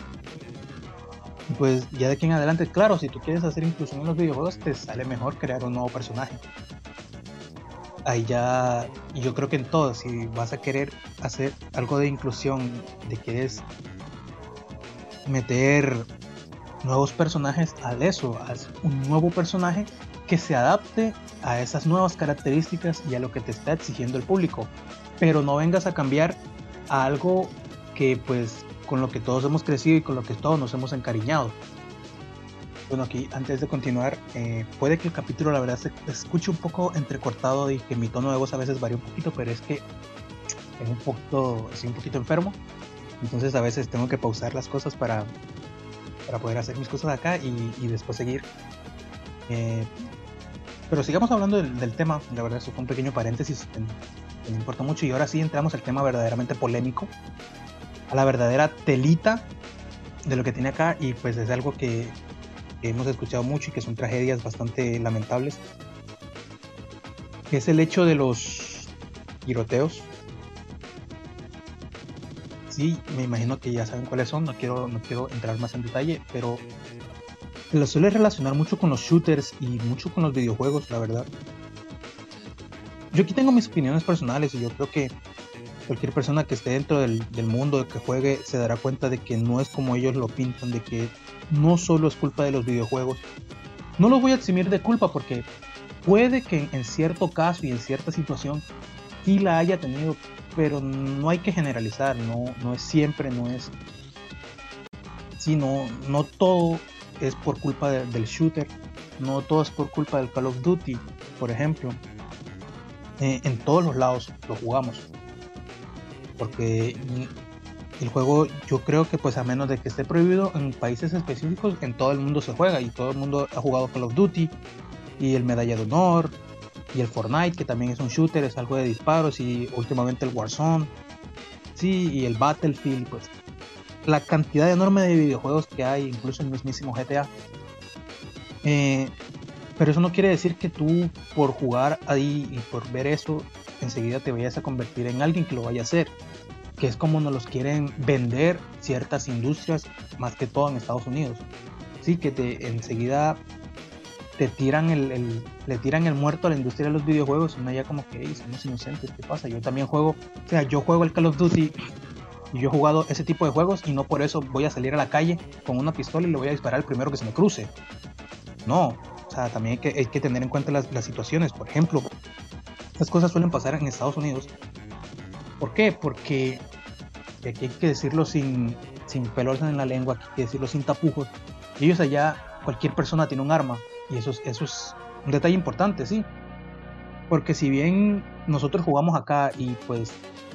Pues ya de aquí en adelante, claro, si tú quieres hacer inclusión en los videojuegos, te sale mejor crear un nuevo personaje. Ahí ya, y yo creo que en todo, si vas a querer hacer algo de inclusión, de que es meter nuevos personajes, haz un nuevo personaje que se adapte a esas nuevas características y a lo que te está exigiendo el público, pero no vengas a cambiar a algo que pues con lo que todos hemos crecido y con lo que todos nos hemos encariñado. Bueno, aquí antes de continuar, puede que el capítulo la verdad se escuche un poco entrecortado y que mi tono de voz a veces varía un poquito, pero es que estoy un poquito enfermo, entonces a veces tengo que pausar las cosas para poder hacer mis cosas acá y después seguir. Pero sigamos hablando del tema, la verdad eso fue un pequeño paréntesis que me importa mucho y ahora sí entramos al tema verdaderamente polémico, a la verdadera telita de lo que tiene acá, y pues es algo que hemos escuchado mucho y que son tragedias bastante lamentables, que es el hecho de los tiroteos. Sí, me imagino que ya saben cuáles son, no quiero entrar más en detalle, pero se lo suele relacionar mucho con los shooters y mucho con los videojuegos, la verdad. Yo aquí tengo mis opiniones personales y yo creo que cualquier persona que esté dentro del mundo que juegue se dará cuenta de que no es como ellos lo pintan, de que no solo es culpa de los videojuegos. No los voy a eximir de culpa porque puede que en cierto caso y en cierta situación sí la haya tenido, pero no hay que generalizar, no es siempre, no es... Sí, no todo es por culpa del shooter, no todo es por culpa del Call of Duty, por ejemplo. En todos los lados lo jugamos, porque el juego yo creo que pues a menos de que esté prohibido en países específicos, en todo el mundo se juega y todo el mundo ha jugado Call of Duty y el Medalla de Honor y el Fortnite, que también es un shooter, es algo de disparos, y últimamente el Warzone, sí, y el Battlefield, pues la cantidad enorme de videojuegos que hay, incluso el mismísimo GTA. Pero eso no quiere decir que tú por jugar ahí y por ver eso enseguida te vayas a convertir en alguien que lo vaya a hacer, que es como nos los quieren vender ciertas industrias, más que todo en Estados Unidos. Sí, que enseguida te tiran le tiran el muerto a la industria de los videojuegos y uno ya como que, hey, somos inocentes, ¿qué pasa? Yo también juego, o sea, yo juego el Call of Duty y yo he jugado ese tipo de juegos y no por eso voy a salir a la calle con una pistola y le voy a disparar al primero que se me cruce. No, o sea, también hay que tener en cuenta las situaciones. Por ejemplo, estas cosas suelen pasar en Estados Unidos. ¿Por qué? Porque aquí hay que decirlo sin pelos en la lengua, aquí hay que decirlo sin tapujos. Ellos allá, cualquier persona tiene un arma y eso es un detalle importante, sí. Porque si bien nosotros jugamos acá y pues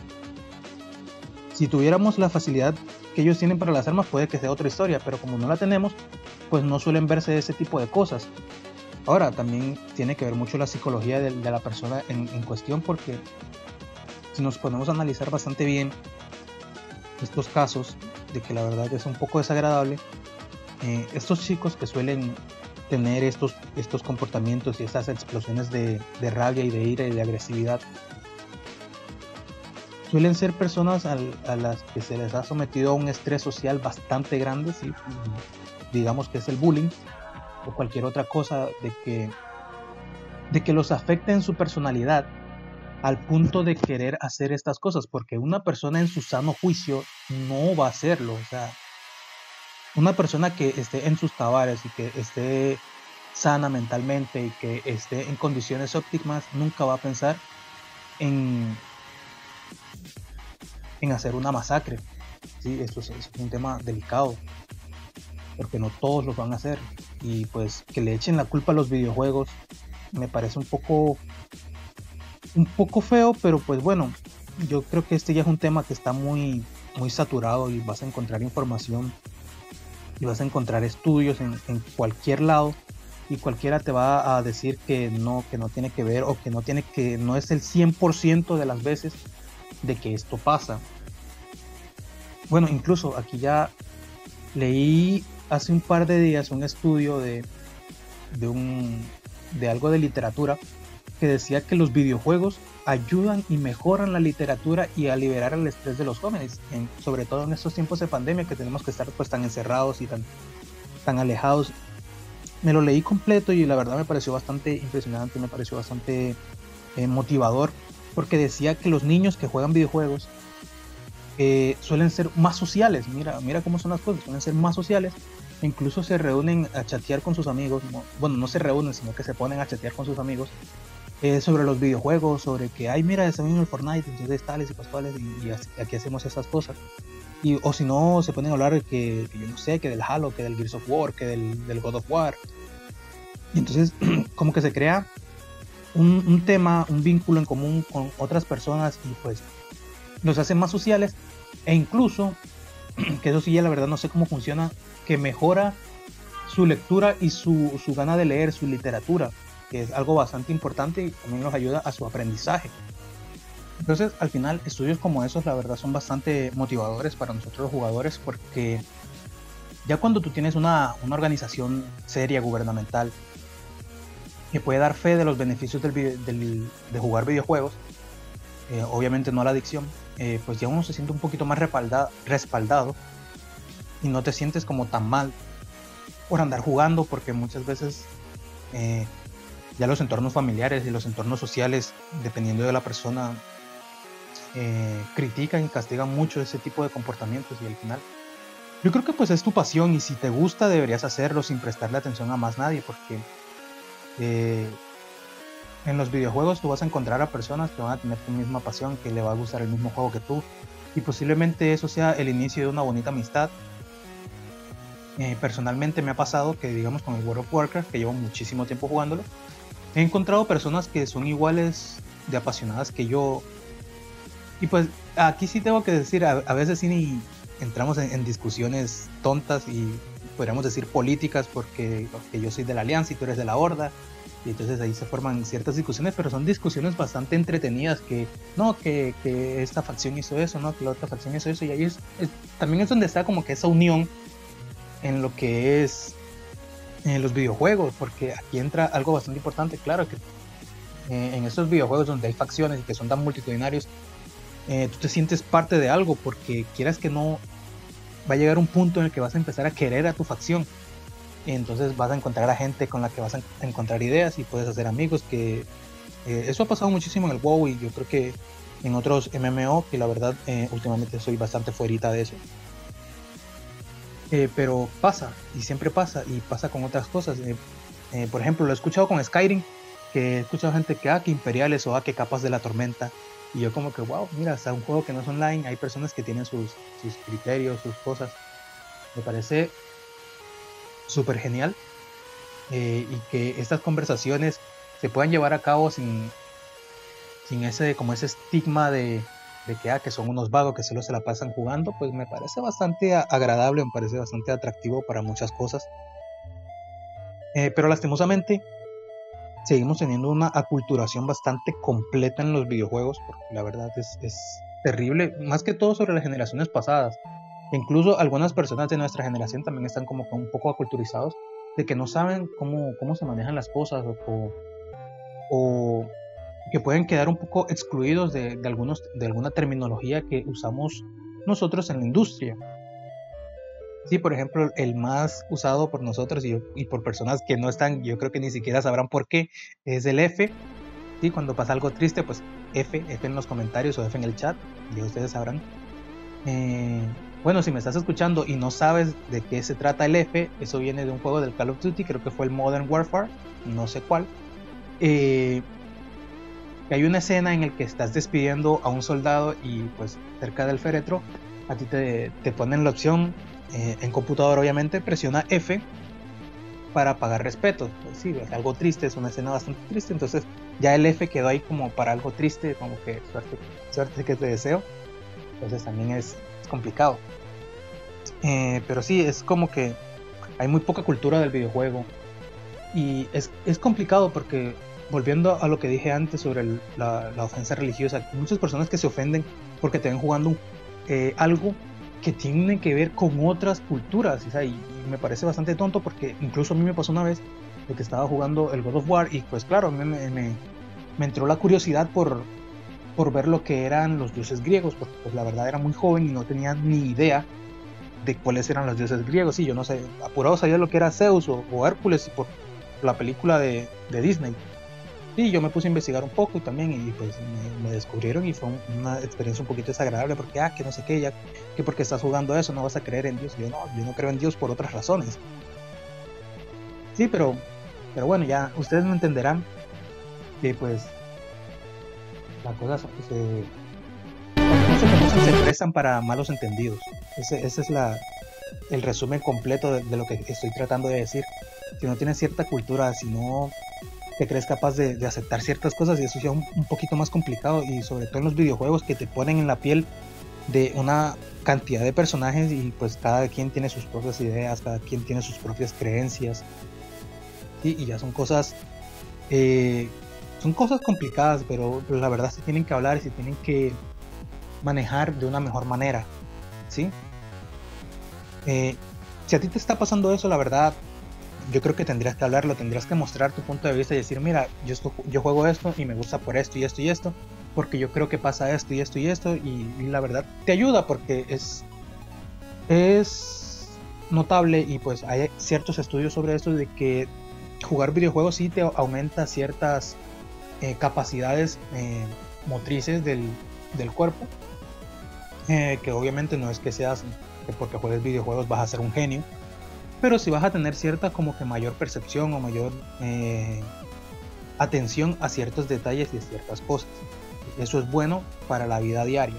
si tuviéramos la facilidad que ellos tienen para las armas puede que sea otra historia, pero como no la tenemos, pues no suelen verse ese tipo de cosas. Ahora, también tiene que ver mucho la psicología de la persona en cuestión, porque si nos podemos analizar bastante bien estos casos, de que la verdad es un poco desagradable, estos chicos que suelen tener estos comportamientos y estas explosiones de rabia y de ira y de agresividad, suelen ser personas a las que se les ha sometido a un estrés social bastante grande, ¿sí? Digamos que es el bullying o cualquier otra cosa de que los afecte en su personalidad al punto de querer hacer estas cosas, porque una persona en su sano juicio no va a hacerlo. O sea, una persona que esté en sus cabales y que esté sana mentalmente y que esté en condiciones óptimas nunca va a pensar en hacer una masacre. Sí, esto es un tema delicado, porque no todos lo van a hacer. Y pues que le echen la culpa a los videojuegos me parece un poco feo, pero pues bueno, yo creo que este ya es un tema que está muy saturado y vas a encontrar información y vas a encontrar estudios en cualquier lado y cualquiera te va a decir que no tiene que ver o que no es el 100% de las veces de que esto pasa. Bueno, incluso aquí ya leí hace un par de días un estudio de algo de literatura que decía que los videojuegos ayudan y mejoran la literatura y a liberar el estrés de los jóvenes, sobre todo en estos tiempos de pandemia que tenemos que estar pues tan encerrados y tan alejados. Me lo leí completo y la verdad me pareció bastante impresionante, me pareció bastante motivador, porque decía que los niños que juegan videojuegos suelen ser más sociales. Mira cómo son las cosas, suelen ser más sociales. Incluso se reúnen a chatear con sus amigos. Bueno, no se reúnen, sino que se ponen a chatear con sus amigos sobre los videojuegos, sobre que, ay, mira, estamos en el Fortnite, entonces tales y pascuales, y aquí hacemos esas cosas. O si no, se ponen a hablar de que yo no sé, que del Halo, que del Gears of War, que del God of War. Y entonces, como que se crea un tema, un vínculo en común con otras personas y pues los hace más sociales e incluso, que eso sí ya la verdad no sé cómo funciona, que mejora su lectura y su gana de leer, su literatura, que es algo bastante importante y también nos ayuda a su aprendizaje. Entonces, al final, estudios como esos, la verdad, son bastante motivadores para nosotros los jugadores, porque ya cuando tú tienes una organización seria, gubernamental, que puede dar fe de los beneficios de jugar videojuegos, obviamente no la adicción, pues ya uno se siente un poquito más respaldado y no te sientes como tan mal por andar jugando, porque muchas veces ya los entornos familiares y los entornos sociales, dependiendo de la persona, critican y castigan mucho ese tipo de comportamientos, y al final yo creo que pues es tu pasión y si te gusta deberías hacerlo sin prestarle atención a más nadie, porque en los videojuegos tú vas a encontrar a personas que van a tener tu misma pasión, que le va a gustar el mismo juego que tú, y posiblemente eso sea el inicio de una bonita amistad. Personalmente me ha pasado que, digamos, con el World of Warcraft, que llevo muchísimo tiempo jugándolo, he encontrado personas que son iguales de apasionadas que yo, y pues aquí sí tengo que decir, a veces sí entramos en discusiones tontas y podríamos decir políticas, porque yo soy de la Alianza y tú eres de la Horda, y entonces ahí se forman ciertas discusiones, pero son discusiones bastante entretenidas, que no, que esta facción hizo eso, no, que la otra facción hizo eso, y ahí también es donde está como que esa unión en lo que es los videojuegos, porque aquí entra algo bastante importante. Claro que en estos videojuegos donde hay facciones y que son tan multitudinarios, tú te sientes parte de algo porque quieras que no, va a llegar un punto en el que vas a empezar a querer a tu facción. Entonces vas a encontrar a gente con la que vas a encontrar ideas y puedes hacer amigos, que eso ha pasado muchísimo en el WoW y yo creo que en otros MMO, que la verdad últimamente soy bastante fuerita de eso. Pero pasa, y siempre pasa, y pasa con otras cosas. Por ejemplo, lo he escuchado con Skyrim, que he escuchado gente que imperiales o que capas de la tormenta. Y yo como que, wow, mira, hasta un juego que no es online, hay personas que tienen sus criterios, sus cosas. Me parece súper genial, y que estas conversaciones se puedan llevar a cabo sin ese, como ese estigma de que son unos vagos que solo se la pasan jugando, pues me parece bastante agradable, me parece bastante atractivo para muchas cosas. Pero lastimosamente seguimos teniendo una aculturación bastante completa en los videojuegos, porque la verdad es terrible, más que todo sobre las generaciones pasadas. Incluso algunas personas de nuestra generación también están como que un poco aculturizados, de que no saben cómo se manejan las cosas, o que pueden quedar un poco excluidos de alguna terminología que usamos nosotros en la industria. Sí, por ejemplo, el más usado por nosotros y por personas que no están, yo creo que ni siquiera sabrán por qué, es el F. Sí, cuando pasa algo triste, pues F en los comentarios o F en el chat, ya ustedes sabrán. Eh, bueno, si me estás escuchando y no sabes de qué se trata el F, eso viene de un juego del Call of Duty, creo que fue el Modern Warfare, no sé cuál. Que hay una escena en la que estás despidiendo a un soldado y pues cerca del féretro a ti te ponen la opción, en computador obviamente, presiona F para pagar respeto. Pues sí, es algo triste, es una escena bastante triste, entonces ya el F quedó ahí como para algo triste, como que suerte que te deseo. Entonces también es complicado. Pero sí, es como que hay muy poca cultura del videojuego. Y es complicado porque, volviendo a lo que dije antes sobre la ofensa religiosa, hay muchas personas que se ofenden porque te ven jugando algo que tiene que ver con otras culturas. O sea, y me parece bastante tonto porque incluso a mí me pasó una vez de que estaba jugando el God of War y pues claro, me entró la curiosidad por ver lo que eran los dioses griegos, porque pues la verdad era muy joven y no tenía ni idea de cuáles eran los dioses griegos. Sí, yo no sé, apurado sabía lo que era Zeus o Hércules por la película de Disney. Sí, yo me puse a investigar un poco y también, y pues me descubrieron y fue una experiencia un poquito desagradable porque, que no sé qué, ya que porque estás jugando eso no vas a creer en Dios. Yo no creo en Dios por otras razones. Sí, pero bueno, ya ustedes me entenderán que pues las cosas cuando no se conocen se prestan para malos entendidos. Ese es el resumen completo de lo que estoy tratando de decir. Si no tienes cierta cultura, si no te crees capaz de aceptar ciertas cosas, y eso ya un poquito más complicado, y sobre todo en los videojuegos que te ponen en la piel de una cantidad de personajes y pues cada quien tiene sus propias ideas, cada quien tiene sus propias creencias, ¿sí? Y ya son cosas complicadas, pero la verdad se tienen que hablar y se tienen que manejar de una mejor manera, ¿sí? Eh, si a ti te está pasando eso, la verdad, yo creo que tendrías que hablarlo, tendrías que mostrar tu punto de vista y decir, mira, yo juego esto y me gusta por esto y esto y esto, porque yo creo que pasa esto y esto y esto, y la verdad te ayuda porque es notable, y pues hay ciertos estudios sobre esto, de que jugar videojuegos sí te aumenta ciertas capacidades motrices del cuerpo, que obviamente no es que seas que porque juegues videojuegos vas a ser un genio, pero sí vas a tener cierta como que mayor percepción o mayor atención a ciertos detalles y a ciertas cosas. Eso es bueno para la vida diaria.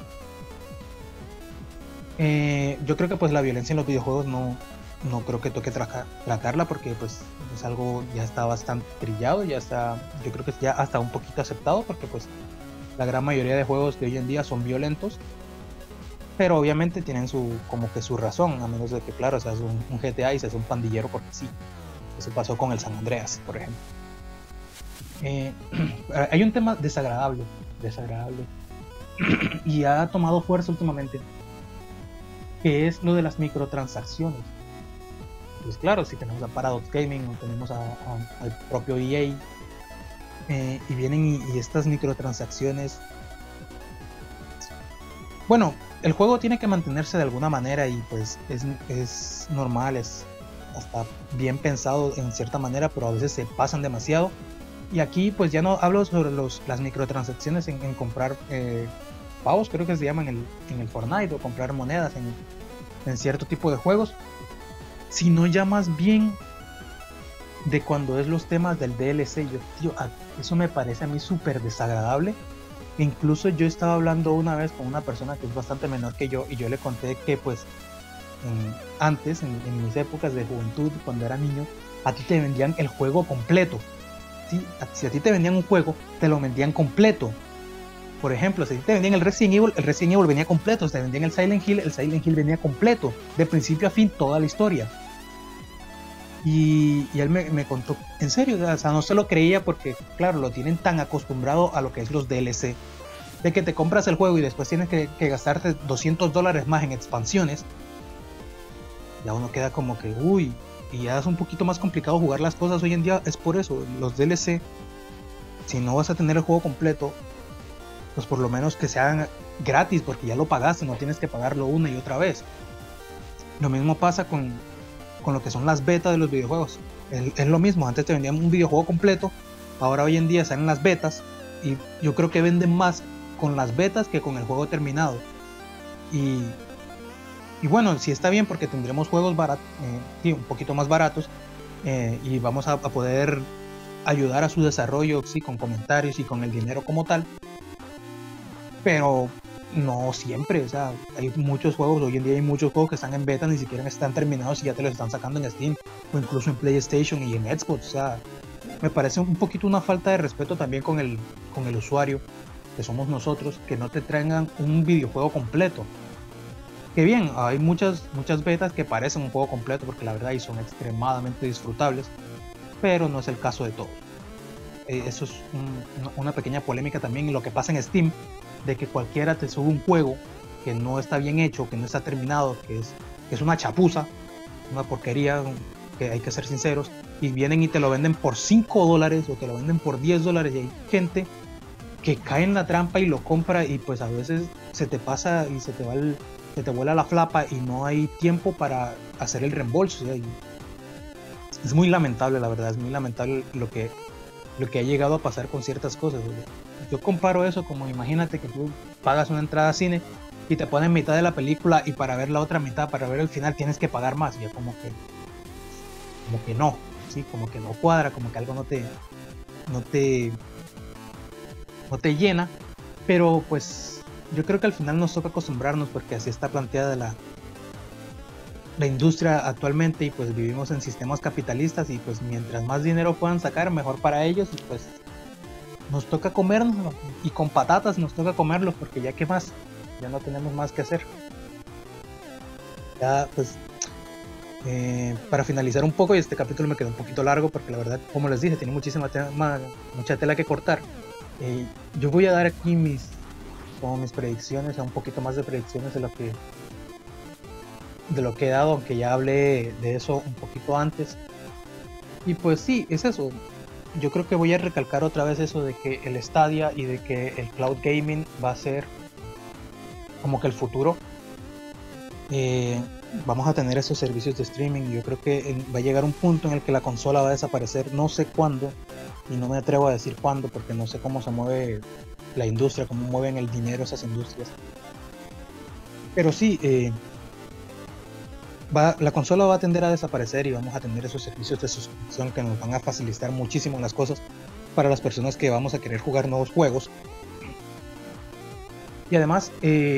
Yo creo que pues la violencia en los videojuegos no creo que toque tratarla, porque pues es algo ya está bastante trillado, yo creo que ya hasta un poquito aceptado, porque pues la gran mayoría de juegos de hoy en día son violentos, pero obviamente tienen como que su razón, a menos de que claro seas un GTA y seas un pandillero porque sí. Eso pasó con el San Andreas, por ejemplo. Eh, Hay un tema desagradable y ha tomado fuerza últimamente, que es lo de las microtransacciones. Pues claro, si tenemos a Paradox Gaming o tenemos al propio EA, y vienen y estas microtransacciones. Bueno, el juego tiene que mantenerse de alguna manera y pues es normal, es hasta bien pensado en cierta manera, pero a veces se pasan demasiado. Y aquí pues ya no hablo sobre las microtransacciones en comprar pavos, creo que se llaman en el Fortnite, o comprar monedas en cierto tipo de juegos, sino ya más bien de cuando es los temas del DLC. Tío, eso me parece a mí súper desagradable. Incluso yo estaba hablando una vez con una persona que es bastante menor que yo y yo le conté que pues antes, en mis épocas de juventud, cuando era niño, a ti te vendían el juego completo. ¿Sí? Si a ti te vendían un juego, te lo vendían completo. Por ejemplo, si a ti te vendían el Resident Evil venía completo. Si te vendían el Silent Hill venía completo. De principio a fin, toda la historia. Y él me contó, en serio, o sea, no se lo creía porque, claro, lo tienen tan acostumbrado a lo que es los DLC, de que te compras el juego y después tienes que gastarte $200 más en expansiones. Ya uno queda como que, uy, y ya es un poquito más complicado jugar las cosas hoy en día. Es por eso, los DLC, si no vas a tener el juego completo, pues por lo menos que sean gratis, porque ya lo pagaste, no tienes que pagarlo una y otra vez. Lo mismo pasa con lo que son las betas de los videojuegos. Es lo mismo, antes te vendían un videojuego completo, ahora hoy en día salen las betas, y yo creo que venden más con las betas que con el juego terminado. Y bueno, sí está bien porque tendremos juegos sí, un poquito más baratos, y vamos a poder ayudar a su desarrollo, sí, con comentarios y con el dinero como tal, pero no siempre. O sea, hay muchos juegos, hoy en día hay muchos juegos que están en beta, ni siquiera están terminados y ya te los están sacando en Steam o incluso en PlayStation y en Xbox. O sea, me parece un poquito una falta de respeto también con el usuario, que somos nosotros, que no te traigan un videojuego completo. Que bien, hay muchas betas que parecen un juego completo porque la verdad y son extremadamente disfrutables, pero no es el caso de todos. Eso es una pequeña polémica también en lo que pasa en Steam, de que cualquiera te sube un juego que no está bien hecho, que no está terminado, que es una chapuza, una porquería, que hay que ser sinceros, y vienen y te lo venden por $5 o te lo venden por $10, y hay gente que cae en la trampa y lo compra, y pues a veces se te pasa y se te vuela la flapa y no hay tiempo para hacer el reembolso. Es muy lamentable, la verdad, es muy lamentable lo que ha llegado a pasar con ciertas cosas. Yo comparo eso como, imagínate que tú pagas una entrada a cine y te ponen mitad de la película, y para ver la otra mitad, para ver el final, tienes que pagar más. Ya como que no, ¿sí? Como que no cuadra, como que algo no te llena. Pero pues yo creo que al final nos toca acostumbrarnos, porque así está planteada la industria actualmente, y pues vivimos en sistemas capitalistas, y pues mientras más dinero puedan sacar, mejor para ellos, y pues nos toca comernos, y con patatas nos toca comerlos, porque ya que más, ya no tenemos más que hacer. Ya pues para finalizar un poco, y este capítulo me quedó un poquito largo porque la verdad, como les dije, tiene mucha tela que cortar. Yo voy a dar aquí mis predicciones, un poquito más de predicciones de lo que he dado, aunque ya hablé de eso un poquito antes. Y pues sí, es eso. Yo creo que voy a recalcar otra vez eso de que el Stadia y de que el cloud gaming va a ser como que el futuro. Vamos a tener esos servicios de streaming. Yo creo que va a llegar un punto en el que la consola va a desaparecer, no sé cuándo, y no me atrevo a decir cuándo, porque no sé cómo se mueve la industria, cómo mueven el dinero esas industrias. Pero sí, la consola va a tender a desaparecer, y vamos a tener esos servicios de suscripción que nos van a facilitar muchísimo las cosas para las personas que vamos a querer jugar nuevos juegos. Y además,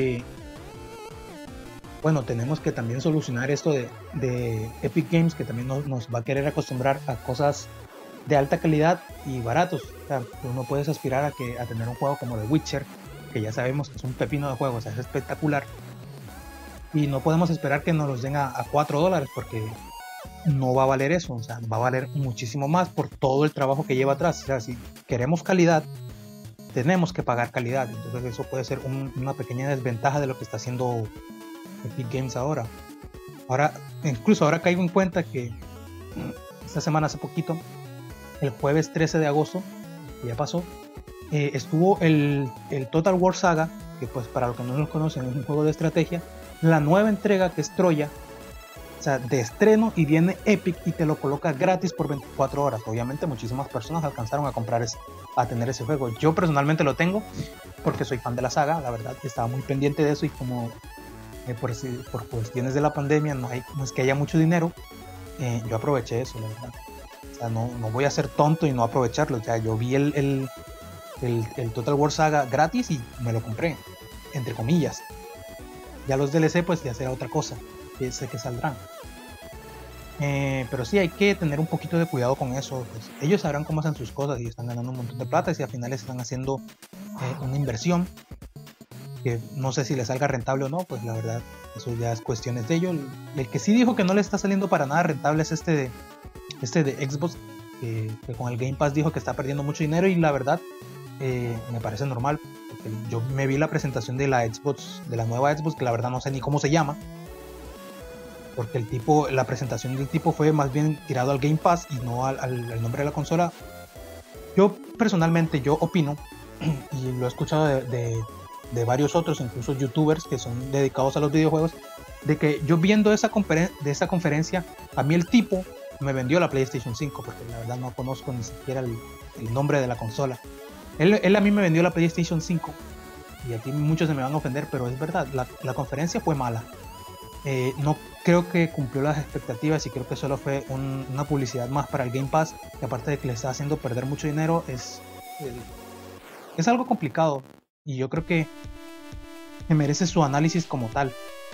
bueno, tenemos que también solucionar esto de Epic Games, que también nos va a querer acostumbrar a cosas de alta calidad y baratos. O sea, tú no puedes aspirar a tener un juego como The Witcher, que ya sabemos que es un pepino de juego, o sea, es espectacular, y no podemos esperar que nos los den a $4, porque no va a valer eso. O sea, va a valer muchísimo más por todo el trabajo que lleva atrás. O sea, si queremos calidad, tenemos que pagar calidad. Entonces eso puede ser una pequeña desventaja de lo que está haciendo Epic Games ahora. Incluso ahora caigo en cuenta que esta semana, hace poquito, el jueves 13 de agosto, que ya pasó, estuvo el Total War Saga, que pues para los que no lo conocen es un juego de estrategia, la nueva entrega que es Troya, o sea, de estreno, y viene Epic y te lo coloca gratis por 24 horas. Obviamente muchísimas personas alcanzaron a comprar a tener ese juego. Yo personalmente lo tengo porque soy fan de la saga, la verdad, estaba muy pendiente de eso, y como por cuestiones de la pandemia no es que haya mucho dinero, yo aproveché eso, la verdad. O sea, no voy a ser tonto y no aprovecharlo. O sea, yo vi el Total War Saga gratis y me lo compré, entre comillas. Ya los DLC pues ya será otra cosa, que sé que saldrán. Pero sí hay que tener un poquito de cuidado con eso. Pues, ellos sabrán cómo hacen sus cosas y están ganando un montón de plata, y si al final están haciendo una inversión que no sé si le salga rentable o no, pues la verdad eso ya es cuestiones de ellos. El que sí dijo que no le está saliendo para nada rentable es este de Xbox, que con el Game Pass dijo que está perdiendo mucho dinero, y la verdad me parece normal, porque yo me vi la presentación de la Xbox, de la nueva Xbox, que la verdad no sé ni cómo se llama, porque la presentación del tipo fue más bien tirado al Game Pass y no al nombre de la consola. Yo personalmente, yo opino, y lo he escuchado de varios otros, incluso youtubers que son dedicados a los videojuegos, de que yo viendo esa conferencia, a mí el tipo me vendió la PlayStation 5, porque la verdad no conozco ni siquiera el nombre de la consola. Él a mí me vendió la PlayStation 5, y aquí muchos se me van a ofender, pero es verdad, la conferencia fue mala. No creo que cumplió las expectativas, y creo que solo fue una publicidad más para el Game Pass, que aparte de que le está haciendo perder mucho dinero, es algo complicado, y yo creo que merece su análisis como tal.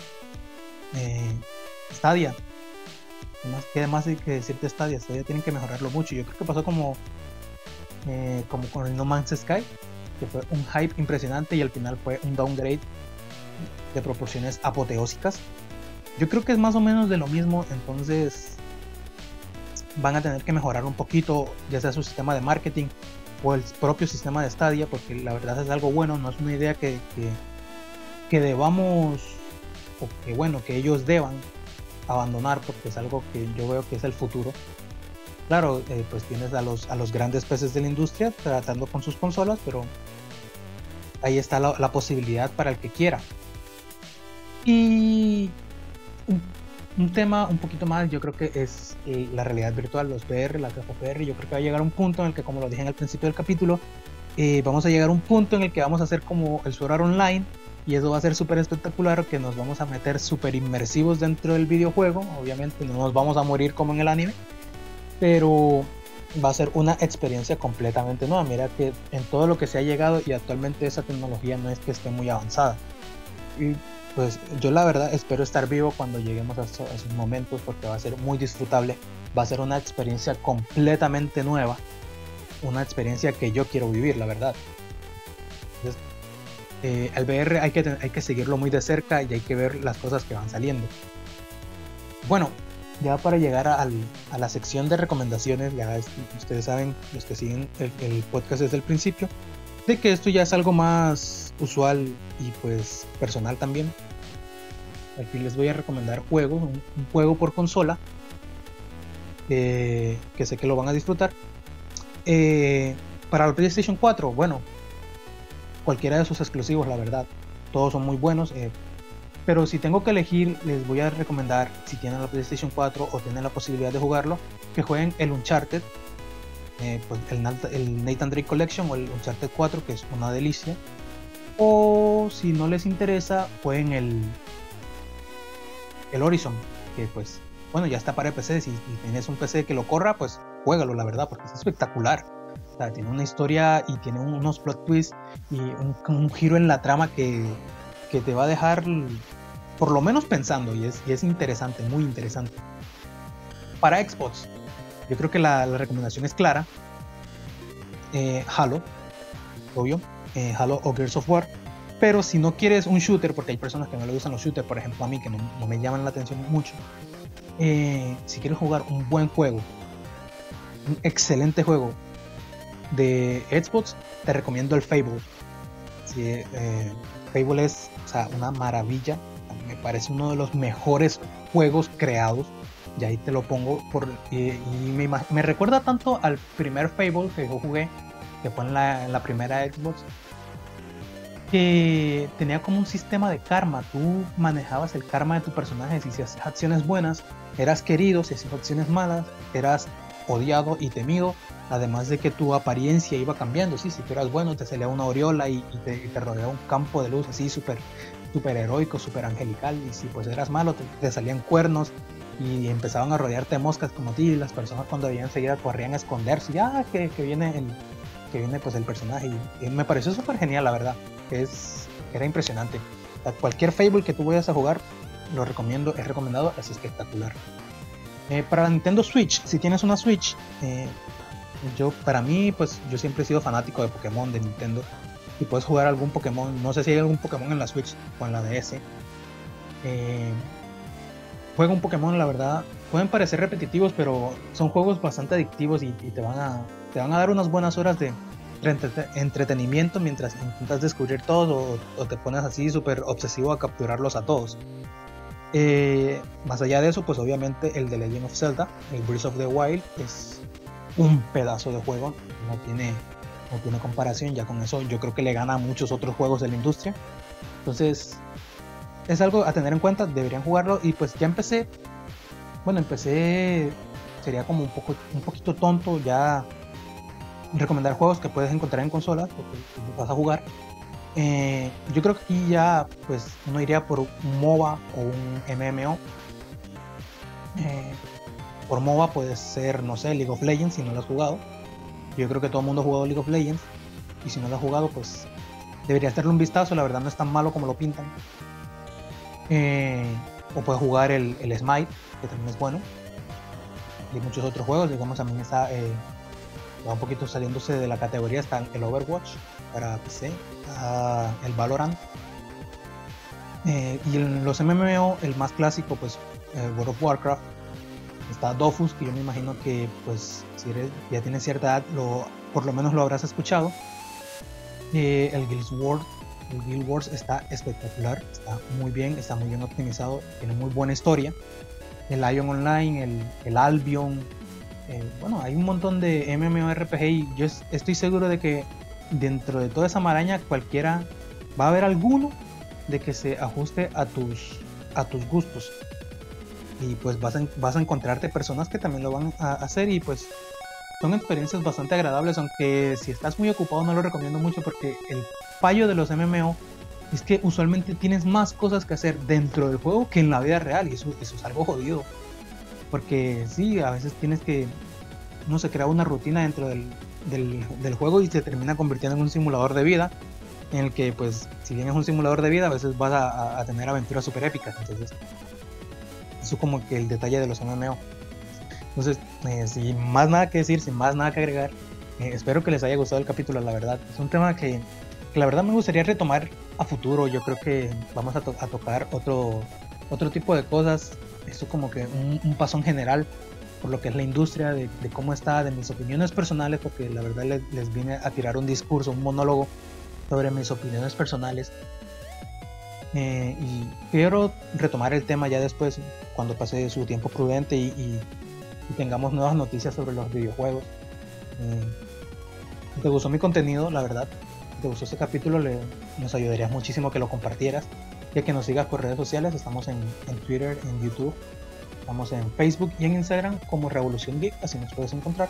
Stadia, ¿qué más hay que decir de Stadia? Stadia tienen que mejorarlo mucho. Yo creo que pasó como con el No Man's Sky, que fue un hype impresionante y al final fue un downgrade de proporciones apoteósicas. Yo creo que es más o menos de lo mismo, entonces van a tener que mejorar un poquito, ya sea su sistema de marketing o el propio sistema de Stadia, porque la verdad es algo bueno, no es una idea que debamos, o que ellos deban abandonar, porque es algo que yo veo que es el futuro. Claro, pues tienes a los grandes peces de la industria tratando con sus consolas, pero ahí está la posibilidad para el que quiera. Y un tema un poquito más, yo creo que es la realidad virtual, los VR, las gafas VR. Yo creo que va a llegar un punto en el que, como lo dije en el principio del capítulo, vamos a llegar a un punto en el que vamos a hacer como el Sword Art Online, y eso va a ser súper espectacular, que nos vamos a meter súper inmersivos dentro del videojuego. Obviamente no nos vamos a morir como en el anime, pero va a ser una experiencia completamente nueva. Mira que en todo lo que se ha llegado, y actualmente esa tecnología no es que esté muy avanzada, y pues yo la verdad espero estar vivo cuando lleguemos a esos momentos, porque va a ser muy disfrutable, va a ser una experiencia completamente nueva, una experiencia que yo quiero vivir, la verdad. Entonces, el VR hay que seguirlo muy de cerca, y hay que ver las cosas que van saliendo. Bueno, ya para llegar a la sección de recomendaciones, ustedes saben, los que siguen el podcast desde el principio, de que esto ya es algo más usual y pues personal también. Aquí les voy a recomendar juegos, un juego por consola, que sé que lo van a disfrutar. Para la PlayStation 4, bueno, cualquiera de sus exclusivos, la verdad, todos son muy buenos, pero si tengo que elegir, les voy a recomendar, si tienen la PlayStation 4 o tienen la posibilidad de jugarlo, que jueguen el Uncharted, pues el Nathan Drake Collection o el Uncharted 4, que es una delicia. O si no les interesa, jueguen el Horizon, que pues bueno, ya está para PC. Si tienes un PC que lo corra, pues juégalo, la verdad, porque es espectacular. O sea, tiene una historia y tiene unos plot twists y un giro en la trama que te va a dejar por lo menos pensando, y es interesante, muy interesante. Para Xbox, yo creo que la recomendación es clara. Halo, obvio, Halo o Gears of War. Pero si no quieres un shooter, porque hay personas que no le gustan los shooters, por ejemplo a mí, que no me llaman la atención mucho, si quieres jugar un buen juego, un excelente juego de Xbox, te recomiendo el Fable. Sí, Fable es, o sea, una maravilla, me parece uno de los mejores juegos creados, y ahí te lo pongo y me recuerda tanto al primer Fable que yo jugué, que fue en la primera Xbox, que tenía como un sistema de karma. Tú manejabas el karma de tu personaje. Si hacías acciones buenas, eras querido; si hacías acciones malas, eras odiado y temido. Además de que tu apariencia iba cambiando. Sí, si tú eras bueno, te salía una aureola y te rodeaba un campo de luz así súper heroico, súper angelical. Y si pues eras malo, te salían cuernos y empezaban a rodearte de moscas como a ti. Y las personas, cuando veían enseguida, corrían a esconderse. Ya que viene pues el personaje. Y me pareció súper genial, la verdad. Era impresionante. Cualquier Fable que tú vayas a jugar, lo recomiendo, es recomendado, es espectacular. Para la Nintendo Switch, si tienes una Switch, para mí, pues yo siempre he sido fanático de Pokémon, de Nintendo. Si puedes jugar algún Pokémon, no sé si hay algún Pokémon en la Switch o en la DS. Juega un Pokémon, la verdad. Pueden parecer repetitivos, pero son juegos bastante adictivos y te van a dar unas buenas horas de entretenimiento mientras intentas descubrir todos o te pones así súper obsesivo a capturarlos a todos. Más allá de eso, pues obviamente el de Legend of Zelda, el Breath of the Wild, es un pedazo de juego. No tiene comparación. Ya con eso yo creo que le gana a muchos otros juegos de la industria. Entonces es algo a tener en cuenta, deberían jugarlo. Y pues ya empecé, sería como un poquito tonto ya recomendar juegos que puedes encontrar en consolas porque vas a jugar. Yo creo que aquí ya pues uno iría por un MOBA o un MMO. Por MOBA puede ser, no sé, League of Legends, si no lo has jugado. Yo creo que todo el mundo ha jugado League of Legends, y si no lo has jugado, pues deberías darle un vistazo. La verdad no es tan malo como lo pintan. O puedes jugar el Smite, que también es bueno. Y muchos otros juegos, digamos, también está va un poquito saliéndose de la categoría, está el Overwatch para PC, el Valorant. Y en los MMO, el más clásico, pues World of Warcraft. Está Dofus, que yo me imagino que pues si ya tienes cierta edad, por lo menos lo habrás escuchado. El Guild Wars está espectacular, está muy bien optimizado, tiene muy buena historia. El Ion Online, el Albion, bueno, hay un montón de MMORPG y yo estoy seguro de que dentro de toda esa maraña cualquiera va a haber alguno de que se ajuste a tus gustos. Y pues vas a encontrarte personas que también lo van a hacer, y pues son experiencias bastante agradables, aunque si estás muy ocupado no lo recomiendo mucho, porque el fallo de los MMO es que usualmente tienes más cosas que hacer dentro del juego que en la vida real, y eso es algo jodido, porque sí, a veces tienes que, no se crea una rutina dentro del juego y se termina convirtiendo en un simulador de vida, en el que pues si bien es un simulador de vida, a veces vas a tener aventuras super épicas. Entonces eso como que el detalle de los MMO. Entonces, sin más nada que decir, sin más nada que agregar, espero que les haya gustado el capítulo. La verdad, es un tema que la verdad me gustaría retomar a futuro. Yo creo que vamos a tocar otro tipo de cosas. Esto como que un pasón general por lo que es la industria, de cómo está, de mis opiniones personales, porque la verdad les vine a tirar un discurso, un monólogo sobre mis opiniones personales. Y quiero retomar el tema ya después, cuando pase su tiempo prudente y tengamos nuevas noticias sobre los videojuegos. Si te gustó mi contenido, la verdad, si te gustó este capítulo, nos ayudaría muchísimo que lo compartieras y que nos sigas por redes sociales. Estamos en Twitter, en YouTube, estamos en Facebook y en Instagram como Revolución Geek, así nos puedes encontrar.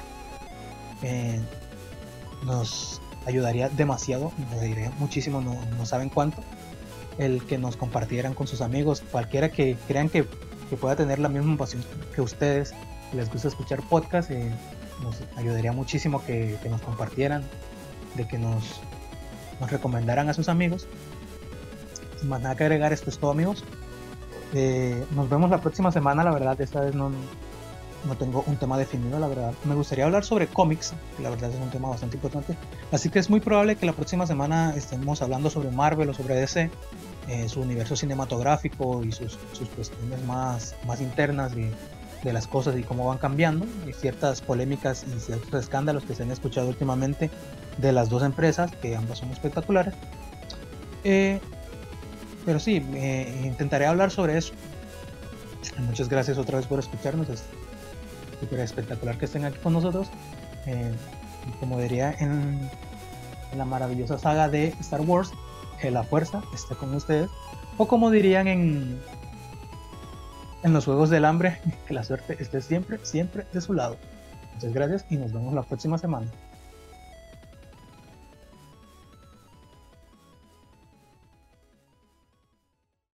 Nos ayudaría demasiado, nos ayudaría muchísimo, no saben cuánto, el que nos compartieran con sus amigos, cualquiera que crean que pueda tener la misma pasión que ustedes, que les gusta escuchar podcast. Nos ayudaría muchísimo que nos compartieran, de que nos recomendaran a sus amigos. Sin más nada que agregar, esto es todo, amigos. Nos vemos la próxima semana. La verdad, esta vez no tengo un tema definido. La verdad, me gustaría hablar sobre cómics, que la verdad es un tema bastante importante, así que es muy probable que la próxima semana estemos hablando sobre Marvel o sobre DC, su universo cinematográfico y sus cuestiones más internas de las cosas y cómo van cambiando, y ciertas polémicas y ciertos escándalos que se han escuchado últimamente de las dos empresas, que ambas son espectaculares. Pero sí, intentaré hablar sobre eso. Muchas gracias otra vez por escucharnos. Es súper espectacular que estén aquí con nosotros. Y como diría en en la maravillosa saga de Star Wars, que la fuerza esté con ustedes, o como dirían en los Juegos del Hambre, que la suerte esté siempre, siempre de su lado. Muchas gracias y nos vemos la próxima semana.